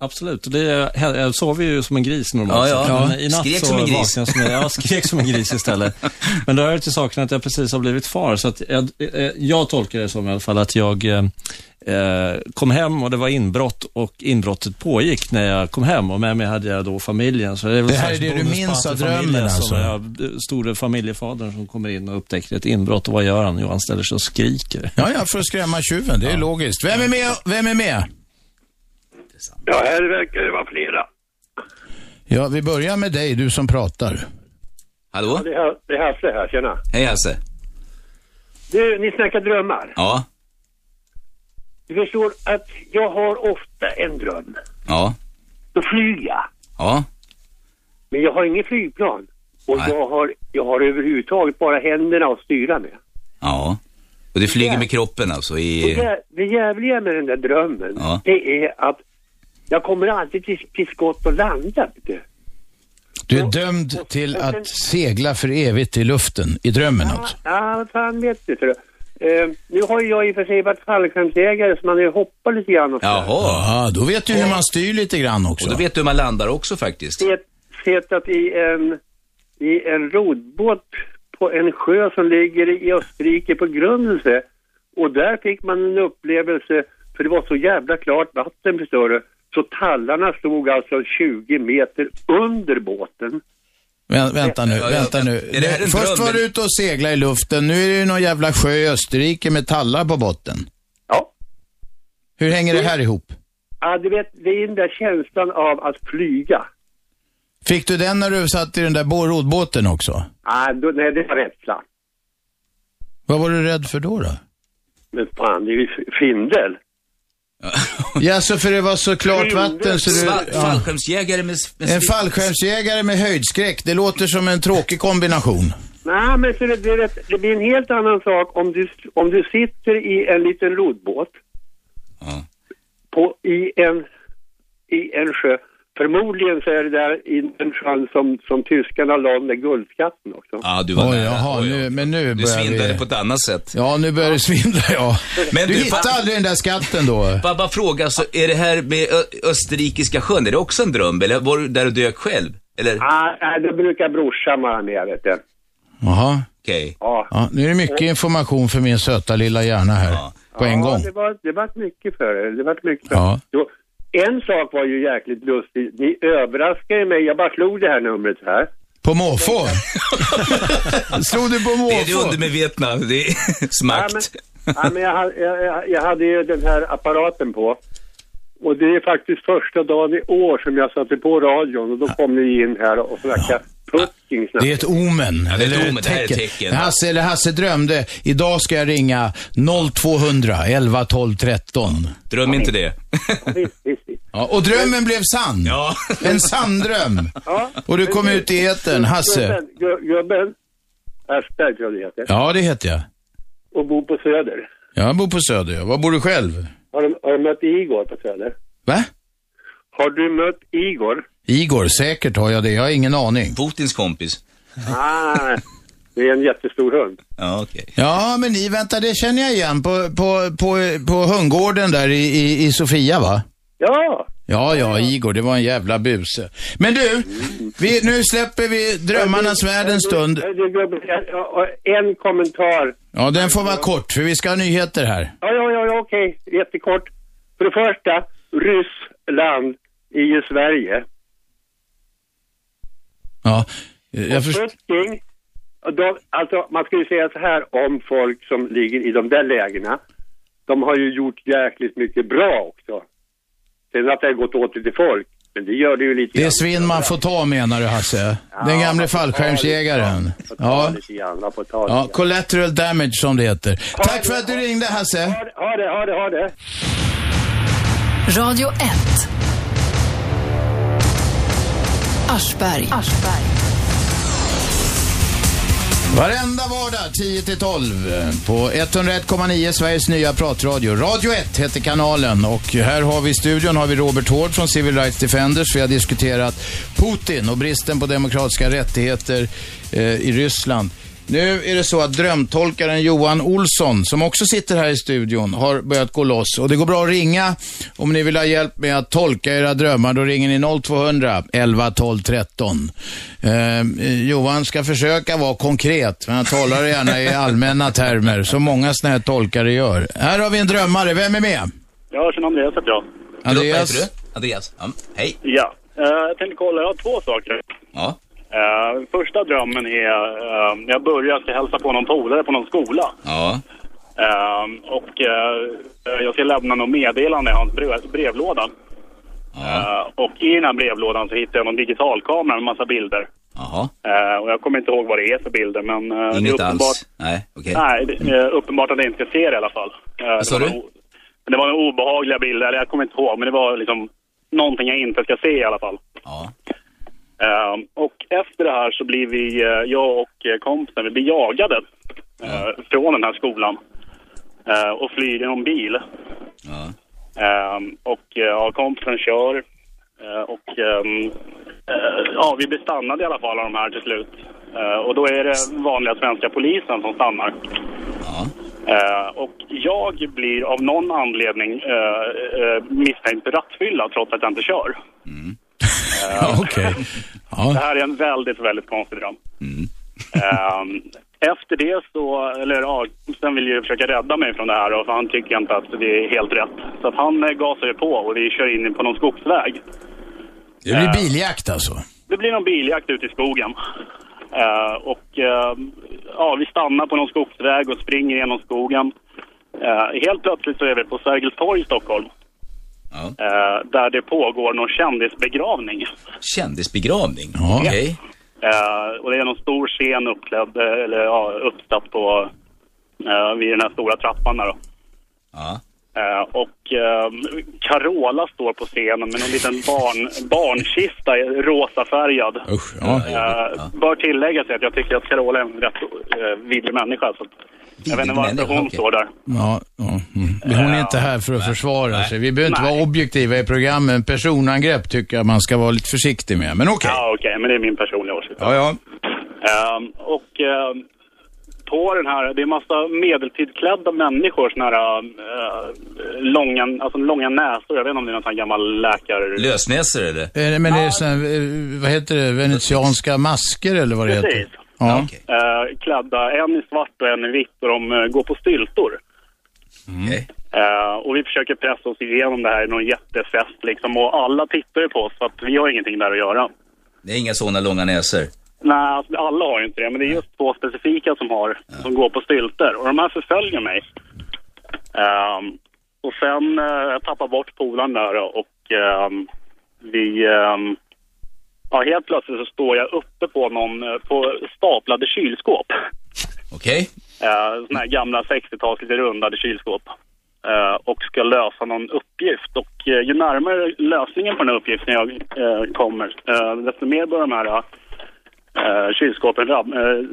Absolut, det är, jag sover ju som en gris normalt. Ja, ja. Men i natt Skrek så som en gris. vaknade jag som en, ja, skrek som en gris istället. Men då hör det till saken att jag precis har blivit far. Så att jag, jag tolkar det som i alla fall att jag eh, kom hem och det var inbrott och inbrottet pågick när jag kom hem. Och med mig hade jag då familjen. Så det, är väl det här är det du minns av drömmen alltså? Jag, store familjefadern som kommer in och upptäcker ett inbrott. Och vad gör han? Jo, han ställer sig och skriker. Ja, ja, för att skrämma tjuven. Det är ja. logiskt. Vem är med? Vem är med? Ja, här verkar det vara flera. Ja, vi börjar med dig, du som pratar. Hallå? Ja, det, är, det är Hasse här, tjena. Hej Hasse. Du, ni snackar drömmar. Ja. Du förstår att jag har ofta en dröm. Ja. Då flyger jag. Ja. Men jag har ingen flygplan. Och jag har, jag har överhuvudtaget bara händerna att styra med. Ja. Och du flyger med kroppen alltså i... Och det, det jävliga med den där drömmen, ja. det är att jag kommer alltid till, till skott och landa. Du, du är dömd och, till och, och, att segla för evigt i luften, i drömmen ja, också. Ja, vad fan vet du. Uh, nu har jag i och för sig varit fallskärmsjägare så man har hoppat lite grann. Och Jaha. Ja, då vet du hur man styr lite grann också. Och då vet du hur man landar också faktiskt. Suttit i en, i en rodbåt på en sjö som ligger i Österrike på Grundelse. Och där fick man en upplevelse, för det var så jävla klart vatten förstår du. Så tallarna stod alltså tjugo meter under båten. Vä vänta nu, ja, vänta ja, nu. Är det här en Först dröm, var du ute och segla i luften, nu är det ju någon jävla sjö i Österrike med tallar på botten. Ja. Hur hänger det här ihop? Ja, du vet, det är den där känslan av att flyga. Fick du den när du satt i den där rodbåten också? Ja, då, nej, det var rädsla. Vad var du rädd för då då? Men fan, det är ju findel. Ja, så för det var så klart vatten så du... Ja. Fallskärmsjägare med, med... En fallskärmsjägare med höjdskräck, det låter som en tråkig kombination. Nej, men så det, det, det blir en helt annan sak om du, om du sitter i en liten rodbåt. Ja. På, i, en, I en sjö. Förmodligen så är det där i en sjön som, som tyskarna la med guldskatten också. Ja, du var Oj, nära. jaha, Oj, nu, men nu du svindlade vi... på ett annat sätt. Ja, nu börjar du svindla, ja. Men du, du hittade fa... aldrig den där skatten då? Bara, bara fråga, så är det här med Ö- Österrikiska sjön, är det också en dröm? Eller var du där och dök själv? Eller? Ja, ah, det brukar brorsan vara med, vet du. Jaha. Okej. Okay. Ja. Ja, nu är det mycket information för min söta lilla hjärna här. Ja. På en ja, gång. det var, det var mycket för det. Det var mycket för ja. det. En sak var ju jäkligt lustig. Ni överraskade mig. Jag bara slog det här numret här. På måfå? Slog du på måfå? Det är det undermedvetna. Det är smakt. Ja, men, ja, men jag, jag, jag hade ju den här apparaten på. Och det är faktiskt första dagen i år som jag satte på radion. Och då kom ni in här och snackade pucking snabbt. Det är ett omen. Ja, det är ett eller omen. ett det här är tecken. ett tecken. Hasse, eller Hasse drömde, idag ska jag ringa noll två hundra elva tolv tretton. Dröm inte det. Visst, visst, visst. Ja, och drömmen blev sann. Ja. En sann dröm. Ja. Och du kom ut i etern, Hasse. Gubben, gubben. Aschberg tror jag det heter. Ja, det heter jag. Och bor på Söder. Jag bor på Söder, ja. Var bor du själv? Har du, har du mött Igor på Söder? Va? Har du mött Igor? Igor, säkert har jag det. Jag har ingen aning. Putins kompis. Ah, det är en jättestor hund. Ja, okej. Okay. Ja, men ni, vänta, det känner jag igen. På, på, på, på hundgården där i, i, i Sofia, va? Ja. Ja, ja, Igor, det var en jävla buse. Men du, vi, nu släpper vi drömmarnas värld en stund. En kommentar. Ja, den får vara kort, för vi ska ha nyheter här. Ja, ja, ja, ja okej. Jättekort. För det första, Ryssland i Sverige. Ja, jag förstår. Alltså, man ska ju säga så här om folk som ligger i de där lägena. De har ju gjort jäkligt mycket bra också. Sen att det har gått åt till folk. Men det gör det ju lite. Det är svinn man får ta, menar du, Hasse? Ja, den gamle fallskärmsjägaren. Ja, ja, collateral damage som det heter. Ha Tack det, för att du ringde, Hasse. Ha det, ha det, ha det, ha det. Radio ett. Aschberg. Aschberg. Varenda vardag tio till tolv på etthundraett komma nio Sveriges nya pratradio. Radio ett heter kanalen och här har vi i studion har vi Robert Hård från Civil Rights Defenders. Vi har diskuterat Putin och bristen på demokratiska rättigheter eh, i Ryssland. Nu är det så att drömtolkaren Johan Olsson, som också sitter här i studion, har börjat gå loss. Och det går bra att ringa om ni vill ha hjälp med att tolka era drömmar. Då ringer ni noll två hundra elva tolv tretton. Eh, Johan ska försöka vara konkret, men han talar gärna i allmänna termer, som många såna här tolkare gör. Här har vi en drömmare. Vem är med? Jag känner Andreas att jag. Andreas? Andreas, ja. Hej. Ja, uh, jag tänkte kolla, jag har två saker. Ja. Uh, första drömmen är, uh, jag börjar ska hälsa på någon polare på någon skola. Ja. Uh, och uh, jag ska lämna någon meddelande i hans brev, brevlåda. Ja. Uh, och i den här brevlådan så hittar jag någon digitalkamera med en massa bilder. Jaha. Uh, och jag kommer inte ihåg vad det är för bilder, men... Uh, Inget det är uppenbart, alls? Nej, okej. Okay. Nej, det är uppenbart att jag inte ska se det i alla fall. Uh, vad sa du? O- det var några obehagliga bilder, eller jag kommer inte ihåg, men det var liksom någonting jag inte ska se i alla fall. Ja. Uh, och efter det här så blir vi, uh, jag och uh, kompisen, vi blir jagade uh, från den här skolan uh, och flyger någon bil. Ja. Uh, och uh, ja, kompisen kör uh, och um, uh, ja, vi blir stannade i alla fall av de här till slut. Uh, och då är det vanliga svenska polisen som stannar. Ja. Uh, och jag blir av någon anledning uh, uh, misstänkt rattfylla trots att jag inte kör. Mm. Uh, Okej. Okay. Ja. Det här är en väldigt, väldigt konstig dröm. Mm. uh, efter det så, eller ja, sen vill jag försöka rädda mig från det här och för han tycker inte att det är helt rätt. Så att han gasar ju på och vi kör in på någon skogsväg. Det blir biljakt alltså? Det blir någon biljakt ute i skogen. Uh, och uh, ja, vi stannar på någon skogsväg och springer genom skogen. Uh, helt plötsligt så är vi på Sergels torg i Stockholm. Ja. Uh, där det pågår någon kändisbegravning. Kändisbegravning? Ja. Okej. Okay. Uh, och det är någon stor scen uppklädd, eller ja, uppsatt på uh, vid den här stora trappan där då. Ja. Uh, och uh, Carola står på scenen med en liten barn, barnkista, rosafärgad. Usch, ja. Uh, ja. Bör tillägga sig att jag tycker att Carola är en rätt uh, vidrig människa. Så jag vet inte varför hon okay. står där. Ja, ja. Mm. Hon är inte här för att försvara Nej. sig. Vi behöver inte Nej. vara objektiva i programmen. Personangrepp tycker jag man ska vara lite försiktig med. Men okej. Okay. Ja, okej. Okay. Men det är min personliga åsikt. Ja, ja. Uh, och... Uh, på den här, det är massa medeltidklädda människor, såna här äh, långa, alltså långa näsor. Jag vet inte om det är någon sån här gammal läkare. Lösnäsor eller? Äh, men det är sån här, vad heter det, venetianska masker eller vad det Precis. heter? Ja. Okay. Äh, klädda, en i svart och en i vitt och de äh, går på styltor. Mm. Okay. Äh, och vi försöker pressa oss igenom det här i någon jättefest liksom, och alla tittar ju på oss för att vi har ingenting där att göra. Det är inga sådana långa näsor? Nej, alltså, alla har ju inte det, men det är just två specifika som har, ja. som går på stylter. Och de här förföljer mig. Um, och sen uh, jag tappar bort polan där och um, vi... Um, ja, helt plötsligt så står jag uppe på någon, uh, på staplade kylskåp. Okej. Okay. Uh, såna här gamla sextio-tals lite rundade kylskåp. Uh, och ska lösa någon uppgift. Och uh, ju närmare lösningen på den här uppgiften jag uh, kommer, uh, desto mer börjar de här... Uh, Uh, kylskåpen uh,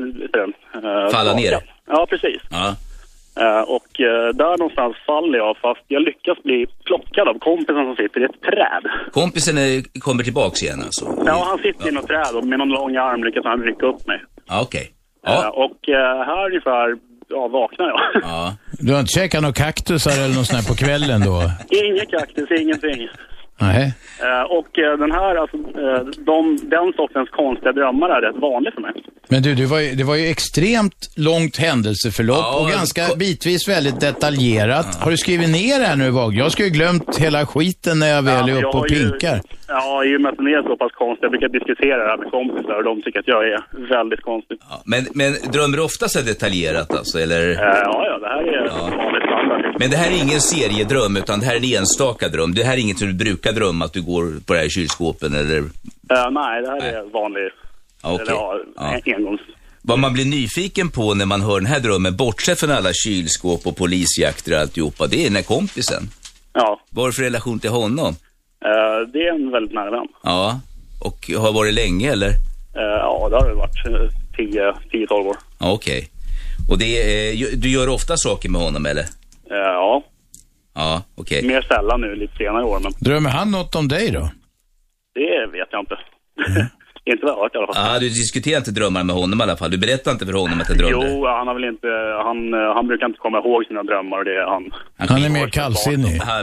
uh, falla ner. Ja, precis. Ja. Uh, och uh, där någonstans faller jag, fast jag lyckas bli plockad av kompisen som sitter i ett träd. Kompisen är, kommer tillbaks igen alltså? Ja, han sitter ja. i något träd och med någon lång arm lyckas han rycka upp mig. Ja, okej. Okay. Ja. Uh, och uh, här ungefär ja, vaknar jag. Ja. Du har inte käkat några kaktusar eller något sånt här på kvällen då? Ingen kaktus, ingenting. Nej. Uh, och uh, den här, alltså, uh, de, den sortens konstiga drömmar är rätt vanlig för mig. Men du, det var ju, det var ju extremt långt händelseförlopp ja, och ganska ko- bitvis väldigt detaljerat. Ja. Har du skrivit ner det här nu, Vag? Jag ska ju glömt hela skiten när jag väl ja, är uppe och pinkar. Ju, ja, i och med att den är så pass konstig. Jag brukar diskutera det här med kompisar och de tycker att jag är väldigt konstig. Ja, men, men drömmer du ofta så detaljerat alltså, eller? Uh, ja, ja, det här är ja. vanligt standard. Men det här är ingen seriedröm, utan det här är en enstaka dröm. Det här är inget som du brukar drömma, att du går på det här kylskåpen, eller? Uh, nej, det här nej. är vanlig. Okay. Eller, ja, ja. engångs. Vad man blir nyfiken på när man hör den här drömmen, bortsett från alla kylskåp och polisjakter och alltihopa, det är den här kompisen. Ja. Vad är det för relation till honom? Uh, det är en väldigt nära vän. Ja, och har varit länge, eller? Uh, ja, det har det varit tio tolv år. Okej. Okay. Och det är, du gör ofta saker med honom, eller? Uh, ja. Ja, okej. Okay. Mer sällan nu, lite senare år. Men... Drömmer han något om dig då? Det vet jag inte. Mm. Inte vad jag har hört i alla fall. Ja, du diskuterar inte drömmar med honom i alla fall. Du berättar inte för honom att du drömde. Jo, han har väl inte, han, han brukar inte komma ihåg sina drömmar och det är han. Han är mer kallsinnig. Han...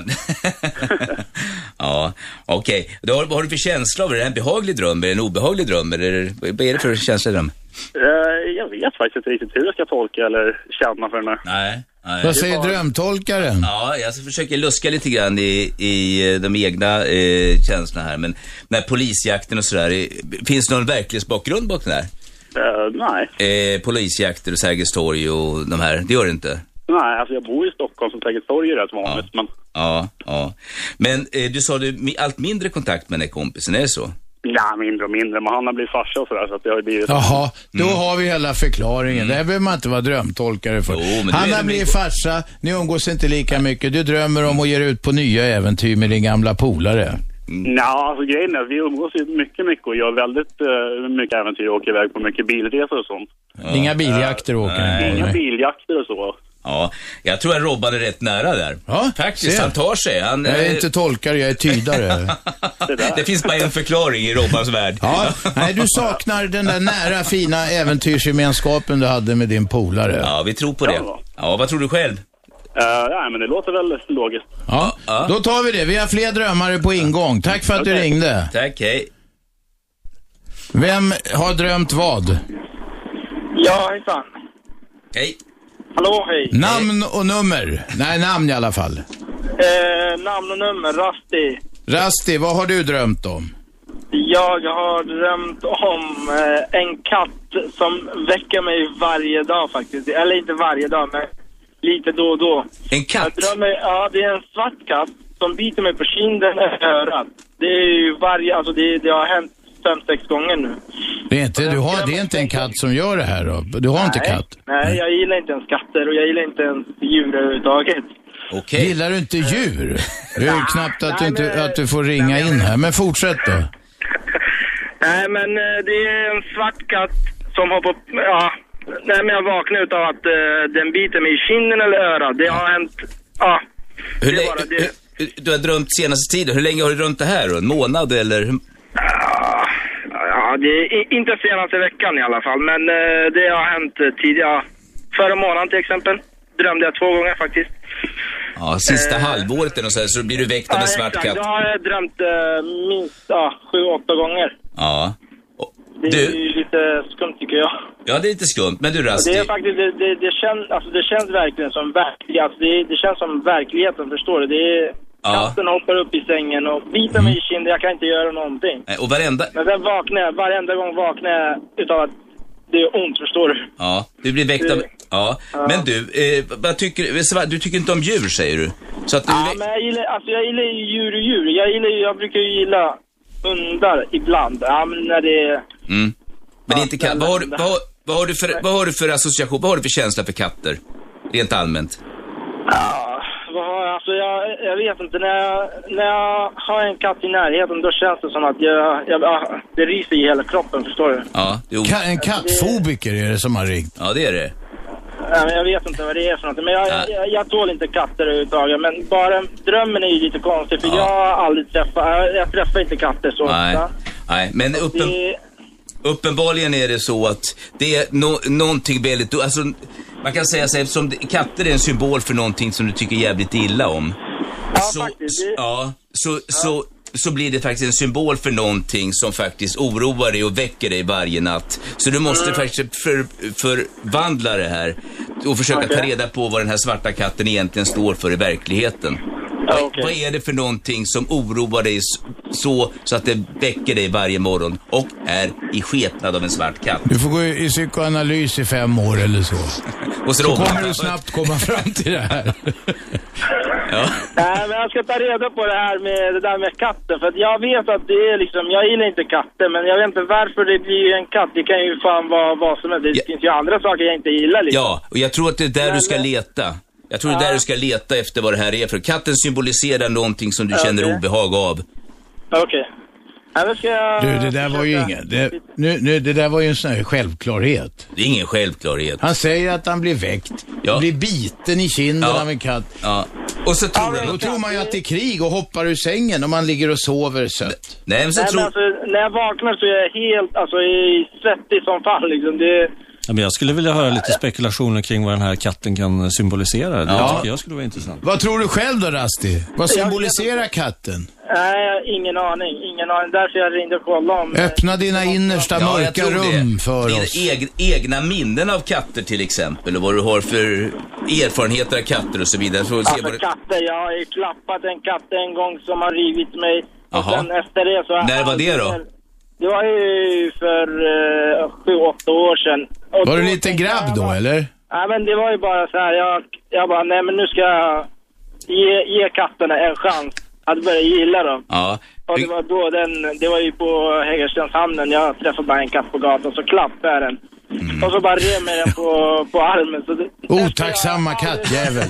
ja, okej. Okay. Vad har, har du för känsla av det? Är det en behaglig dröm? Är det en obehaglig dröm? Eller vad är det för känsla i dröm? Uh, jag vet faktiskt inte riktigt hur jag ska tolka eller känna för den här. Nej. Nej. Vad säger bara... drömtolkaren? Ja, jag försöker luska lite grann i, i de egna eh, känslorna här. Men när polisjakten och sådär, finns det någon verklighetsbakgrund bakom det här? Uh, nej. Eh, polisjakter och Sergels torg och de här, det gör det inte? Nej, alltså jag bor i Stockholm så Sergels torg är rätt vanligt. Ja, men... ja, ja. Men eh, du sa du allt mindre kontakt med den här kompisen, är det så? Ja, mindre och mindre. Men han har blivit farsa och sådär så att det har blivit... Jaha, då Mm. har vi hela förklaringen. Mm. Det här behöver man inte vara drömtolkare för. Jo, han har blivit farsa, ni umgås inte lika mycket. Du drömmer om att ge ut på nya äventyr med din gamla polare. Mm. Ja, alltså grejen är, vi umgås ju mycket, mycket och gör väldigt uh, mycket äventyr och åker iväg på mycket bilresor och sånt. Ja. Inga biljakter uh, åker nej. Inga biljakter och så. Ja, jag tror att Robban är rätt nära där. Ja, faktiskt, ser. han tar sig. Han, jag är inte tolkare, jag är tydare. det, det finns bara en förklaring i Robbans värld. Ja, nej, du saknar den där nära, fina äventyrsgemenskapen du hade med din polare. Ja, vi tror på det. Ja, ja vad tror du själv? Uh, ja, men det låter väl logiskt. Ja, ja, då tar vi det. Vi har fler drömmare på ingång. Tack för att okay. du ringde. Tack, hej. Vem har drömt vad? Ja, hejsan. Hej. Hallå, hej. Namn och nummer. Nej, namn i alla fall. Eh, namn och nummer, Rasti. Rasti, vad har du drömt om? Jag har drömt om eh, en katt som väcker mig varje dag faktiskt. Eller inte varje dag, men lite då och då. En katt? Jag drömmer, ja, det är en svart katt som biter mig på kinden och örat. Det är ju varje, alltså det, det har hänt fem, sex gånger nu. Det är inte, du har, det är inte en katt som gör det här då? Du har nej, inte katt? Nej, jag gillar inte ens katter och jag gillar inte ens djur överhuvudtaget. Okay. Gillar du inte djur? Det är ju knappt att, nej, du inte, att du får ringa nej, in här, men fortsätt då. Nej, men det är en svart katt som har på, ja, nej men jag vaknar utav att uh, den biter mig i kinden eller örat. Det ja. har hänt, ja. Hur det bara det. Hur, du har drömt senaste tiden, hur länge har du drömt det här då? En månad eller? Ja, ja det är inte senaste veckan i alla fall, men uh, det har hänt tidigare. Förra månaden till exempel drömde jag två gånger faktiskt. Ja, sista uh, halvåret eller så, här, så blir du väckt av en svart katt. Då har jag drömt uh, minst ja, sju, åtta gånger. Ja. Och, det du... är ju lite skumt tycker jag. Ja, det är lite skumt, men du Rasti. Det är faktiskt, det, det, det, känns, alltså, det känns verkligen som verklighet. Alltså, det, det känns som verkligheten, förstår du? Det är... Ja. Katten hoppar upp i sängen och biter mig i kinden. Jag kan inte göra någonting. Nej, och varenda... Men sen vaknar jag, varenda gång vaknar jag utav att det är ont, förstår du? Ja, du blir väckt av... Ja, ja. Men du, eh, vad tycker... Du tycker inte om djur, säger du? Så att du... Ja, men jag gillar, alltså, jag gillar ju djur och djur. Jag, gillar, jag brukar ju gilla hundar ibland. Ja, men när det är... Mm. Men det är inte katt. Vad har, vad, vad, har du för, vad har du för association? Vad har du för känsla för katter? Rent allmänt. Ja, vad har jag? Alltså jag, jag vet inte. När jag, när jag har en katt i närheten, då känns det som att jag, jag, jag det ryser i hela kroppen, förstår du? Ja, jo. Ka- en kattfobiker är det som har ringt. Ja, det är det. Ja, men jag vet inte vad det är för något. Men jag, ja. jag, jag tål inte katter överhuvudtaget. Men bara drömmen är ju lite konstig. För ja. jag har aldrig träffat... Jag, jag träffar inte katter så Nej, ofta. Nej. Men uppen, det... uppenbarligen är det så att det är no, någonting väldigt... Alltså, man kan säga så här, som katter är en symbol för någonting som du tycker jävligt illa om. Ja, så, faktiskt. Det... Ja, så... Ja. så så blir det faktiskt en symbol för någonting som faktiskt oroar dig och väcker dig varje natt. Så du måste mm. faktiskt för, förvandla det här och försöka okay. ta reda på vad den här svarta katten egentligen står för i verkligheten. Ja, okay. Vad är det för någonting som oroar dig så, så att det väcker dig varje morgon och är i skepnad av en svart katt? Du får gå i psykoanalys i fem år eller så. Och så, så kommer du snabbt komma fram till det här. Ja. Nej, men jag ska ta reda på det här med det där med katten. För att jag vet att det är liksom, jag gillar inte katter, men jag vet inte varför det blir en katt. Det kan ju fan vara vad som helst. Det ja. finns ju andra saker jag inte gillar liksom. Ja, och jag tror att det är där men, du ska leta. Jag tror ja. det är där du ska leta efter vad det här är. För katten symboliserar någonting som du okay. känner obehag av. Okej. Okay. Ja, ska jag... Du, det där var ju ingen... Det, nu, nu, det där var ju en sån här självklarhet. Det är ingen självklarhet. Han säger att han blir väckt. Ja. Blir biten i kinden ja. av en katt. Ja. Och så tror, ja, då tror man ju att det är krig och hoppar ur sängen om man ligger och sover sött. Nej, men så Nej, tror... men alltså, när jag vaknar så är jag helt alltså, i svettig som fall. Liksom. Det... Ja, men jag skulle vilja höra lite spekulationer kring vad den här katten kan symbolisera. Det Ja. tycker jag skulle vara intressant. Vad tror du själv då, Rasti? Vad symboliserar katten? Nej, ingen aning. Ingen aning. Därför jag ringde och kollade om... Öppna dina innersta Ja, jag mörka tror rum det. för Dina oss. eg- egna minnen av katter till exempel, och vad du har för erfarenheter av katter och så vidare. Så se Alltså vad det... katter, jag har ju klappat en katt en gång som har rivit mig. Och Aha. sen efter det så... När var det då? Det var ju för uh, sju, åtta år sedan. Och Var du då en liten tänkte grabb jag då, bara- eller? Nej, men det var ju bara så här. Jag, jag bara, nej men nu ska jag ge, ge katterna en chans att börja gilla dem. Ja. Och det var då den, det var ju på Hägerstenshamnen. Jag träffade bara en katt på gatan, så klappade jag den. Mm. Och så bara rev mig den på, på armen. Så det, Otacksamma kattjävel.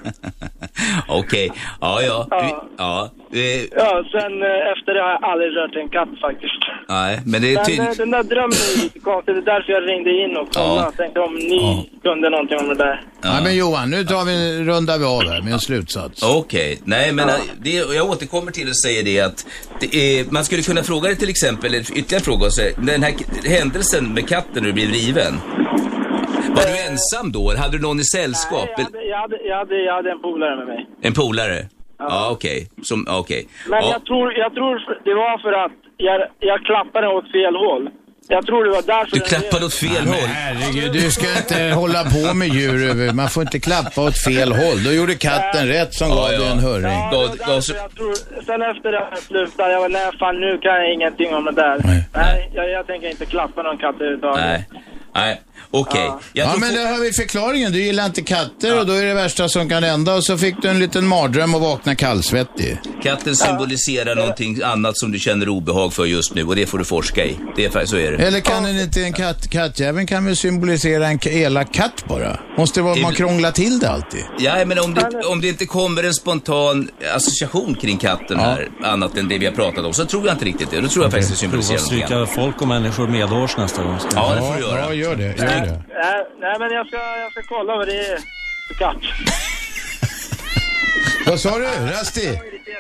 Okej, ja, ja. Ja. Ja, eh, Ja, sen eh, efter det har jag aldrig rört en katt faktiskt. nej, men det är Men tydligt. eh, den där drömmen är lite konstig. Det är därför jag ringde in och kollade. Ja. Jag tänkte om ni kunde någonting om det där. Ja. men Johan, nu tar vi, rundar vi av här med en slutsats. Okej, nej men Ja. eh, det, jag återkommer till att säga det att det är, man skulle kunna fråga dig till exempel, eller ytterligare fråga så, den här k- händelsen med katten när du blev riven. Var du ensam då? Eller hade du någon i sällskap? Nej, jag hade, jag, hade, jag, hade, jag hade en polare med mig. En polare? Ja, okej. Som, okej. Men Ja. jag, tror, jag tror det var för att jag, jag klappade åt fel håll. Jag tror det var därför... Du den klappade åt fel håll. Herregud, du ska inte hålla på med djur över. Man får inte klappa åt fel håll. Då gjorde katten rätt som gav dig en hörning. Ja, det var därför jag tror, sen efter det här slutade jag var nej fan nu kan jag ingenting om det där. Nej, nej jag, jag tänker inte klappa någon katt överhuvudtaget. Nej, nej. Okej. Ja. Jag Ja, tror men få- där har vi förklaringen. Du gillar inte katter och då är det värsta som kan hända. Och så fick du en liten mardröm och vakna kallsvettig. Katten symboliserar någonting annat som du känner obehag för just nu, och det får du forska i. Det är, fa- så är det. Eller kan den inte en katt, kattjäveln kan väl symbolisera en k- elak katt bara? Måste det vara man krånglar till det alltid? Ja, men om det, om det inte kommer en spontan association kring katten här, annat än det vi har pratat om, så tror jag inte riktigt det. Då tror jag faktiskt det Prova symboliserar att någonting stryka annat. folk och människor medårs nästa gång. Ja, det får du göra. Ja, gör det. Gör det. Nej, nej men jag ska, jag ska kolla vad det är för katt. Vad sa du, Rasti?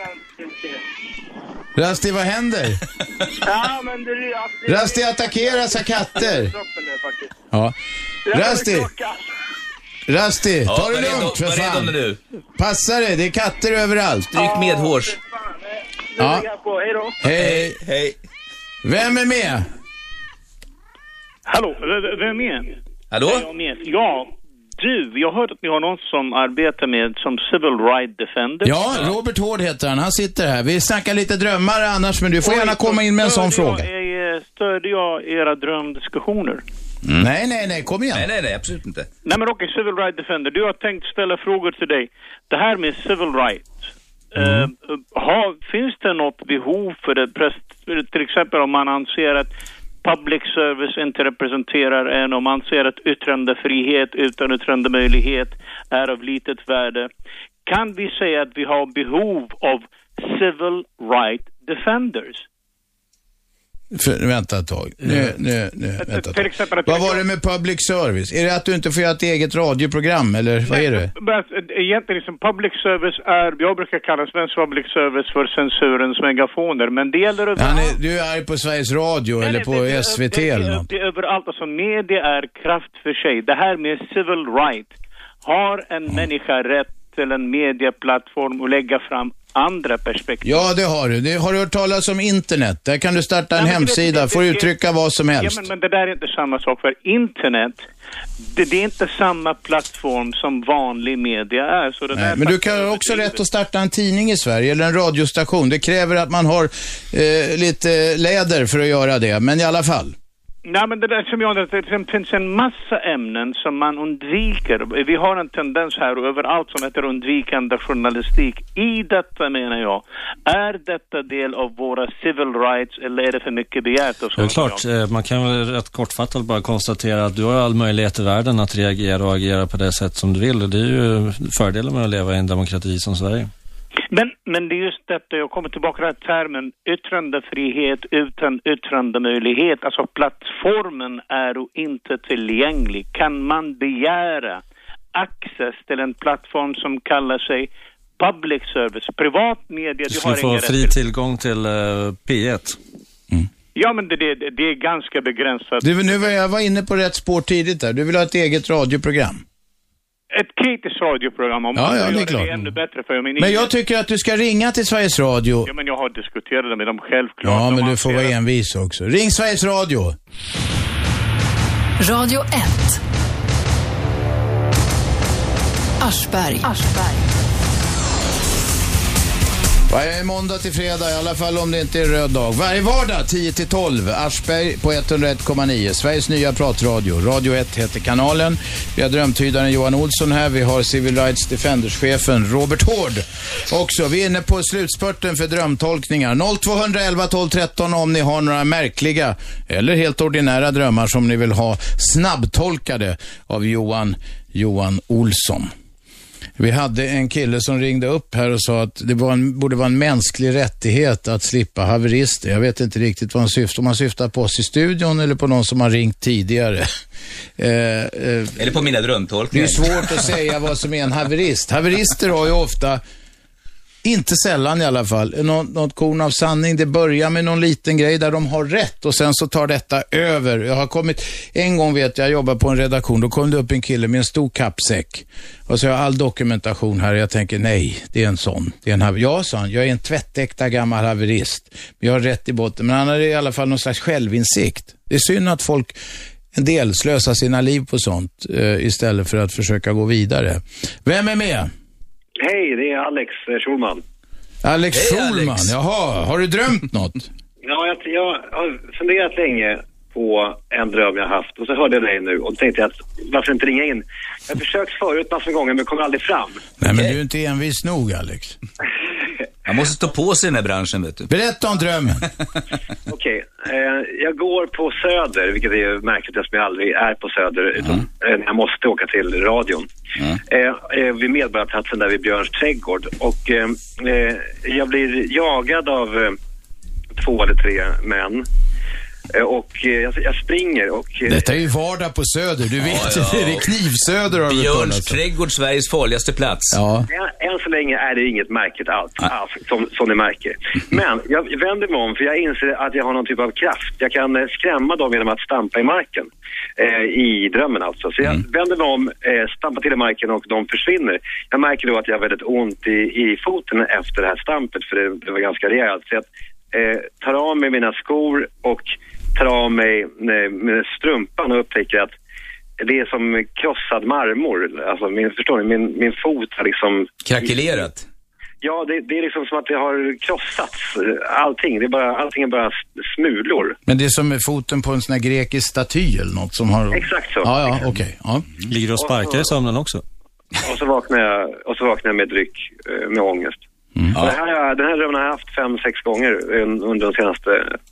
Rasti, vad händer? Ja, men det är alltså, Rasti attackeras av katter. kroppen nu faktiskt. Ja. Rasti, Rasti, Ja, ta det var redo- lugnt för var redo fan. nu. Passa det, det är katter överallt. Stryk medhårs. Nu Ja. lägger jag på, hej då. Hej. Hej. Vem är med? Hallå, v- vem är? Hallå? Är jag med? Ja, du, jag har hört att ni har någon som arbetar med som civil right defender. Ja, Robert Hård heter han. Han sitter här. Vi snackar lite drömmar annars, men du får gärna komma in med en sån fråga. Jag, stödde jag era drömdiskussioner? Nej, nej, nej. Kom igen. Nej, nej, nej, absolut inte. Nej, men okej, civil right defender. Du har tänkt ställa frågor till dig. Det här med civil right. Eh, har, finns det något behov för det? Pres- Till exempel om man anser att public service inte representerar en, om man anser att yttrandefrihet utan yttrandemöjlighet är av litet värde. Kan vi säga att vi har behov av civil right defenders? För, vänta ett tag. Nu, nu, nu, vänta ett Till tag. exempel att Vad var det med public service? Är det att du inte får göra ett eget radioprogram, eller vad är det? Men, äh, egentligen liksom public service är, jag brukar kalla svensk public service för censurens megafoner, men det gäller över... Han är, du är arg på Sveriges Radio eller på det, det, S V T det, eller det, något? det är överallt, alltså media är kraft för sig. Det här med civil right, har en människa rätt till en medieplattform och lägga fram andra perspektiv? Ja, det har du. Det, har du hört talas om internet? Där kan du starta en Ja, men det- hemsida, det- får det- uttrycka vad som helst. Ja, men, men det där är inte samma sak, för internet, det, det är inte samma plattform som vanlig media är. Så det Nej, där men du faktiskt- kan också rätt att starta en tidning i Sverige eller en radiostation. Det kräver att man har eh, lite läder för att göra det, men i alla fall. Nej, men det där som jag det finns en massa ämnen som man undviker. Vi har en tendens här och överallt som heter undvikande journalistik. I detta menar jag, är detta del av våra civil rights eller är det för mycket begärt? Och så? Det är klart, eh, man kan väl rätt kortfattat bara konstatera att du har all möjlighet i världen att reagera och agera på det sätt som du vill. Och det är ju fördelen med att leva i en demokrati som Sverige. Men, men det är just detta, jag kommer tillbaka till den här termen, yttrandefrihet utan yttrandemöjlighet. Alltså plattformen är inte tillgänglig. Kan man begära access till en plattform som kallar sig public service, privat media, Du du skulle har få ingen fri rätt till. tillgång till uh, P ett. Ja, men det, det, det är ganska begränsat. Du, nu var jag var inne på rätt spår tidigt där. Du vill ha ett eget radioprogram. Ett kritiskt radioprogram om Ja, man ja, gör det är klart. det ännu bättre för mig. Men jag tycker att du ska ringa till Sveriges Radio. Ja, men jag har diskuterat det med dem självklart. Ja, De men du får anser vara att- envis också. Ring Sveriges Radio. Radio ett. Aschberg. Aschberg. Varje måndag till fredag, i alla fall om det inte är röd dag. Varje vardag tio till tolv, Aschberg på hundraett komma nio. Sveriges nya pratradio. Radio ett heter kanalen. Vi har drömtydaren Johan Olsson här. Vi har Civil Rights Defenders-chefen Robert Hård också. Vi är inne på slutspurten för drömtolkningar. noll två ett ett tolv tretton om ni har några märkliga eller helt ordinära drömmar som ni vill ha snabbtolkade av Johan, Johan Olsson. Vi hade en kille som ringde upp här och sa att det var en, borde vara en mänsklig rättighet att slippa haverister. Jag vet inte riktigt vad han syftar. Om man syftar på oss i studion eller på någon som har ringt tidigare. eh, eh, Eller på mina drömtolkningar. Det är svårt att säga vad som är en haverist. Haverister har ju ofta, inte sällan i alla fall, något, något korn av sanning. Det börjar med någon liten grej där de har rätt och sen så tar detta över. Jag har kommit, en gång vet jag, jag jobbar på en redaktion, då kom det upp en kille med en stor kappsäck. Och så har jag all dokumentation här och jag tänker, nej, det är en sån. Det är en haver- ja, sa han, jag är en tvättäkta gammal haverist. Men jag har rätt i botten. Men han har i alla fall någon slags självinsikt. Det är synd att folk, en del, slösar sina liv på sånt eh, istället för att försöka gå vidare. Vem är med? Hej, det är Alex eh, Schulman. Alex Hej, Schulman, Alex. jaha, har du drömt något? Ja, jag, jag har funderat länge på en dröm jag haft och så hörde jag dig nu och tänkte jag att varför inte ringa in? Jag har försökt förut massor med gånger men kommer aldrig fram. Nej, men du är inte envis nog, Alex. Man måste stå på sig i den här branschen, vet du. Berätta om drömmen. Okej, eh, jag går på Söder, vilket är ju märkligt eftersom jag aldrig är på Söder, utan eh, jag måste åka till radion. Eh, eh, vid Medborgarplatsen där vid Björns trädgård. Och eh, eh, jag blir jagad av eh, två eller tre män. Eh, och eh, jag, jag springer och... Eh, Detta är ju vardag på Söder, du vet, ja. det är Knivsöder har vi Björns talat om. trädgård, Sveriges farligaste plats. Ja. Än, än så länge är det inget märkligt allt, alls, som, som ni märker. Men jag vänder mig om för jag inser att jag har någon typ av kraft. Jag kan eh, skrämma dem genom att stampa i marken. Eh, I drömmen alltså. Så jag vänder mig om, eh, stampar till i marken och de försvinner. Jag märker då att jag har väldigt ont i, i foten efter det här stampet för det, det var ganska rejält. Så jag eh, tar av mig mina skor och tar av mig eh, med strumpan och upptäcker att det är som krossad marmor. Alltså, min, förstår ni? Min, min fot har liksom... Krackelerat? Ja, det, det är liksom som att det har krossats. Allting. Det är bara, allting är bara smulor. Men det är som med foten på en sån här grekisk staty eller något som har... Exakt så. Ja, ja, Exakt. okej. Ja. Ligger du och sparkar i sömnen också? Och så vaknar jag, och så vaknar jag med dryck, eh, med ångest. Mm. Och det här, den här drömmen har jag haft fem, sex gånger un- under de senaste...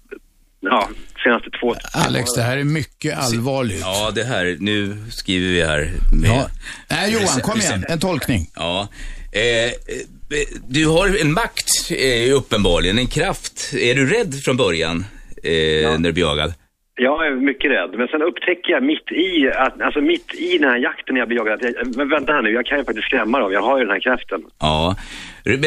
Ja, senaste två... Alex, det här är mycket allvarligt. Ja, det här, nu skriver vi här. Med... Ja. Nej, Johan, kom igen. En tolkning. Ja. Eh, du har en makt, eh, uppenbarligen, en kraft. Är du rädd från början eh, ja. när du blir jagad? Jag är mycket rädd, men sen upptäcker jag mitt i, att, alltså mitt i den här jakten när jag blir jagad, att jag, men vänta här nu, jag kan ju faktiskt skrämma dem, jag har ju den här kraften. Ja, men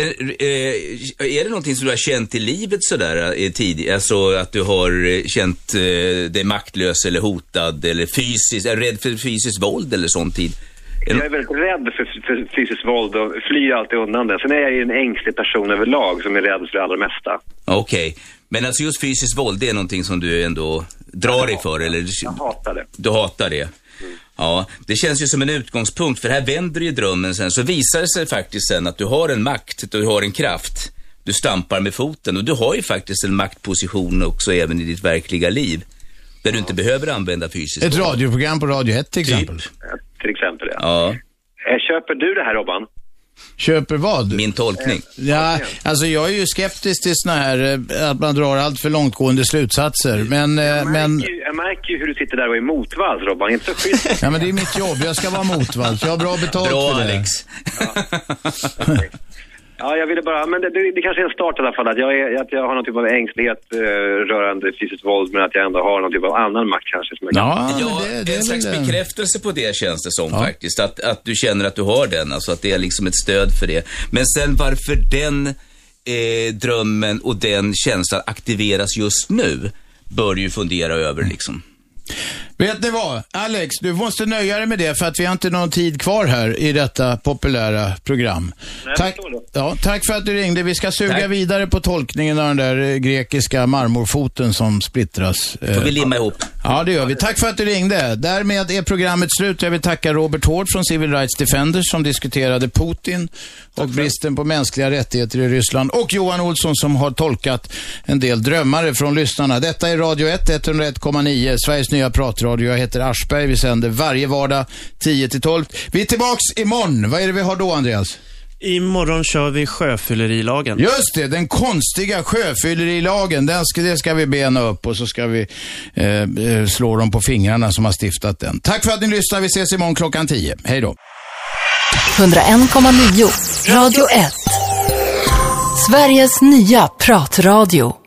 eh, är det någonting som du har känt i livet sådär i tid, alltså att du har känt eh, dig maktlös eller hotad eller fysiskt, är rädd för fysiskt våld eller sånt tid? Jag är väldigt rädd för, för fysiskt våld och flyr alltid undan det. Sen är jag ju en ängslig person överlag som är rädd för det allra mesta. Okej, okay. Men alltså just fysiskt våld, det är någonting som du ändå drar dig för? Eller? Jag hatar det. Du hatar det? Mm. Ja, det känns ju som en utgångspunkt, för här vänder ju drömmen sen, så visar det sig faktiskt sen att du har en makt, du har en kraft. Du stampar med foten och du har ju faktiskt en maktposition också även i ditt verkliga liv. Där du inte behöver använda fysiskt Ett våld. radioprogram på Radio ett till exempel. Typ. Ja, till exempel, ja. Ja. Köper du det här, Robban? Köper vad? Min tolkning. Ja, alltså jag är ju skeptisk till såna här, att man drar allt för långtgående slutsatser. Men, jag, men... märker ju, jag märker ju hur du sitter där och är motvalls, Robban. Inte så schysst. Ja, men det är mitt jobb. Jag ska vara motvalls. Jag har bra betalt bra, för det. Alex. Ja. Okay. Ja, jag ville bara, men det, det, det kanske är en start i alla fall, att jag, är, att jag har någon typ av ängslighet eh, rörande fysiskt våld, men att jag ändå har någon typ av annan makt kanske. Som jag Ja, kan... ja det, det är en slags det. bekräftelse på det, känns det som, ja. faktiskt. Att, att du känner att du har den, alltså att det är liksom ett stöd för det. Men sen varför den eh, drömmen och den känslan aktiveras just nu, bör du ju fundera över liksom. Vet ni vad, Alex, du måste nöja dig med det för att vi har inte någon tid kvar här i detta populära program. Tack, ja, tack för att du ringde. Vi ska suga tack. vidare på tolkningen av den där grekiska marmorfoten som splittras. Får vi limma ihop? Ja, det gör vi. Tack för att du ringde. Därmed är programmet slut. Jag vill tacka Robert Hård från Civil Rights Defenders som diskuterade Putin och bristen på mänskliga rättigheter i Ryssland, och Johan Olsson som har tolkat en del drömmare från lyssnarna. Detta är Radio ett, etthundraett komma nio, Sveriges nya pratradio. Jag heter Aschberg. Vi sänder varje vardag tio till tolv. Vi är tillbaks imorgon. Vad är det vi har då, Andreas? Imorgon kör vi sjöfyllerilagen. Just det, den konstiga sjöfyllerilagen. Den ska, det ska vi bena upp och så ska vi eh, slå dem på fingrarna som har stiftat den. Tack för att ni lyssnar. Vi ses imorgon klockan tio. Hej då. etthundraett komma nio Radio ett. Sveriges nya pratradio.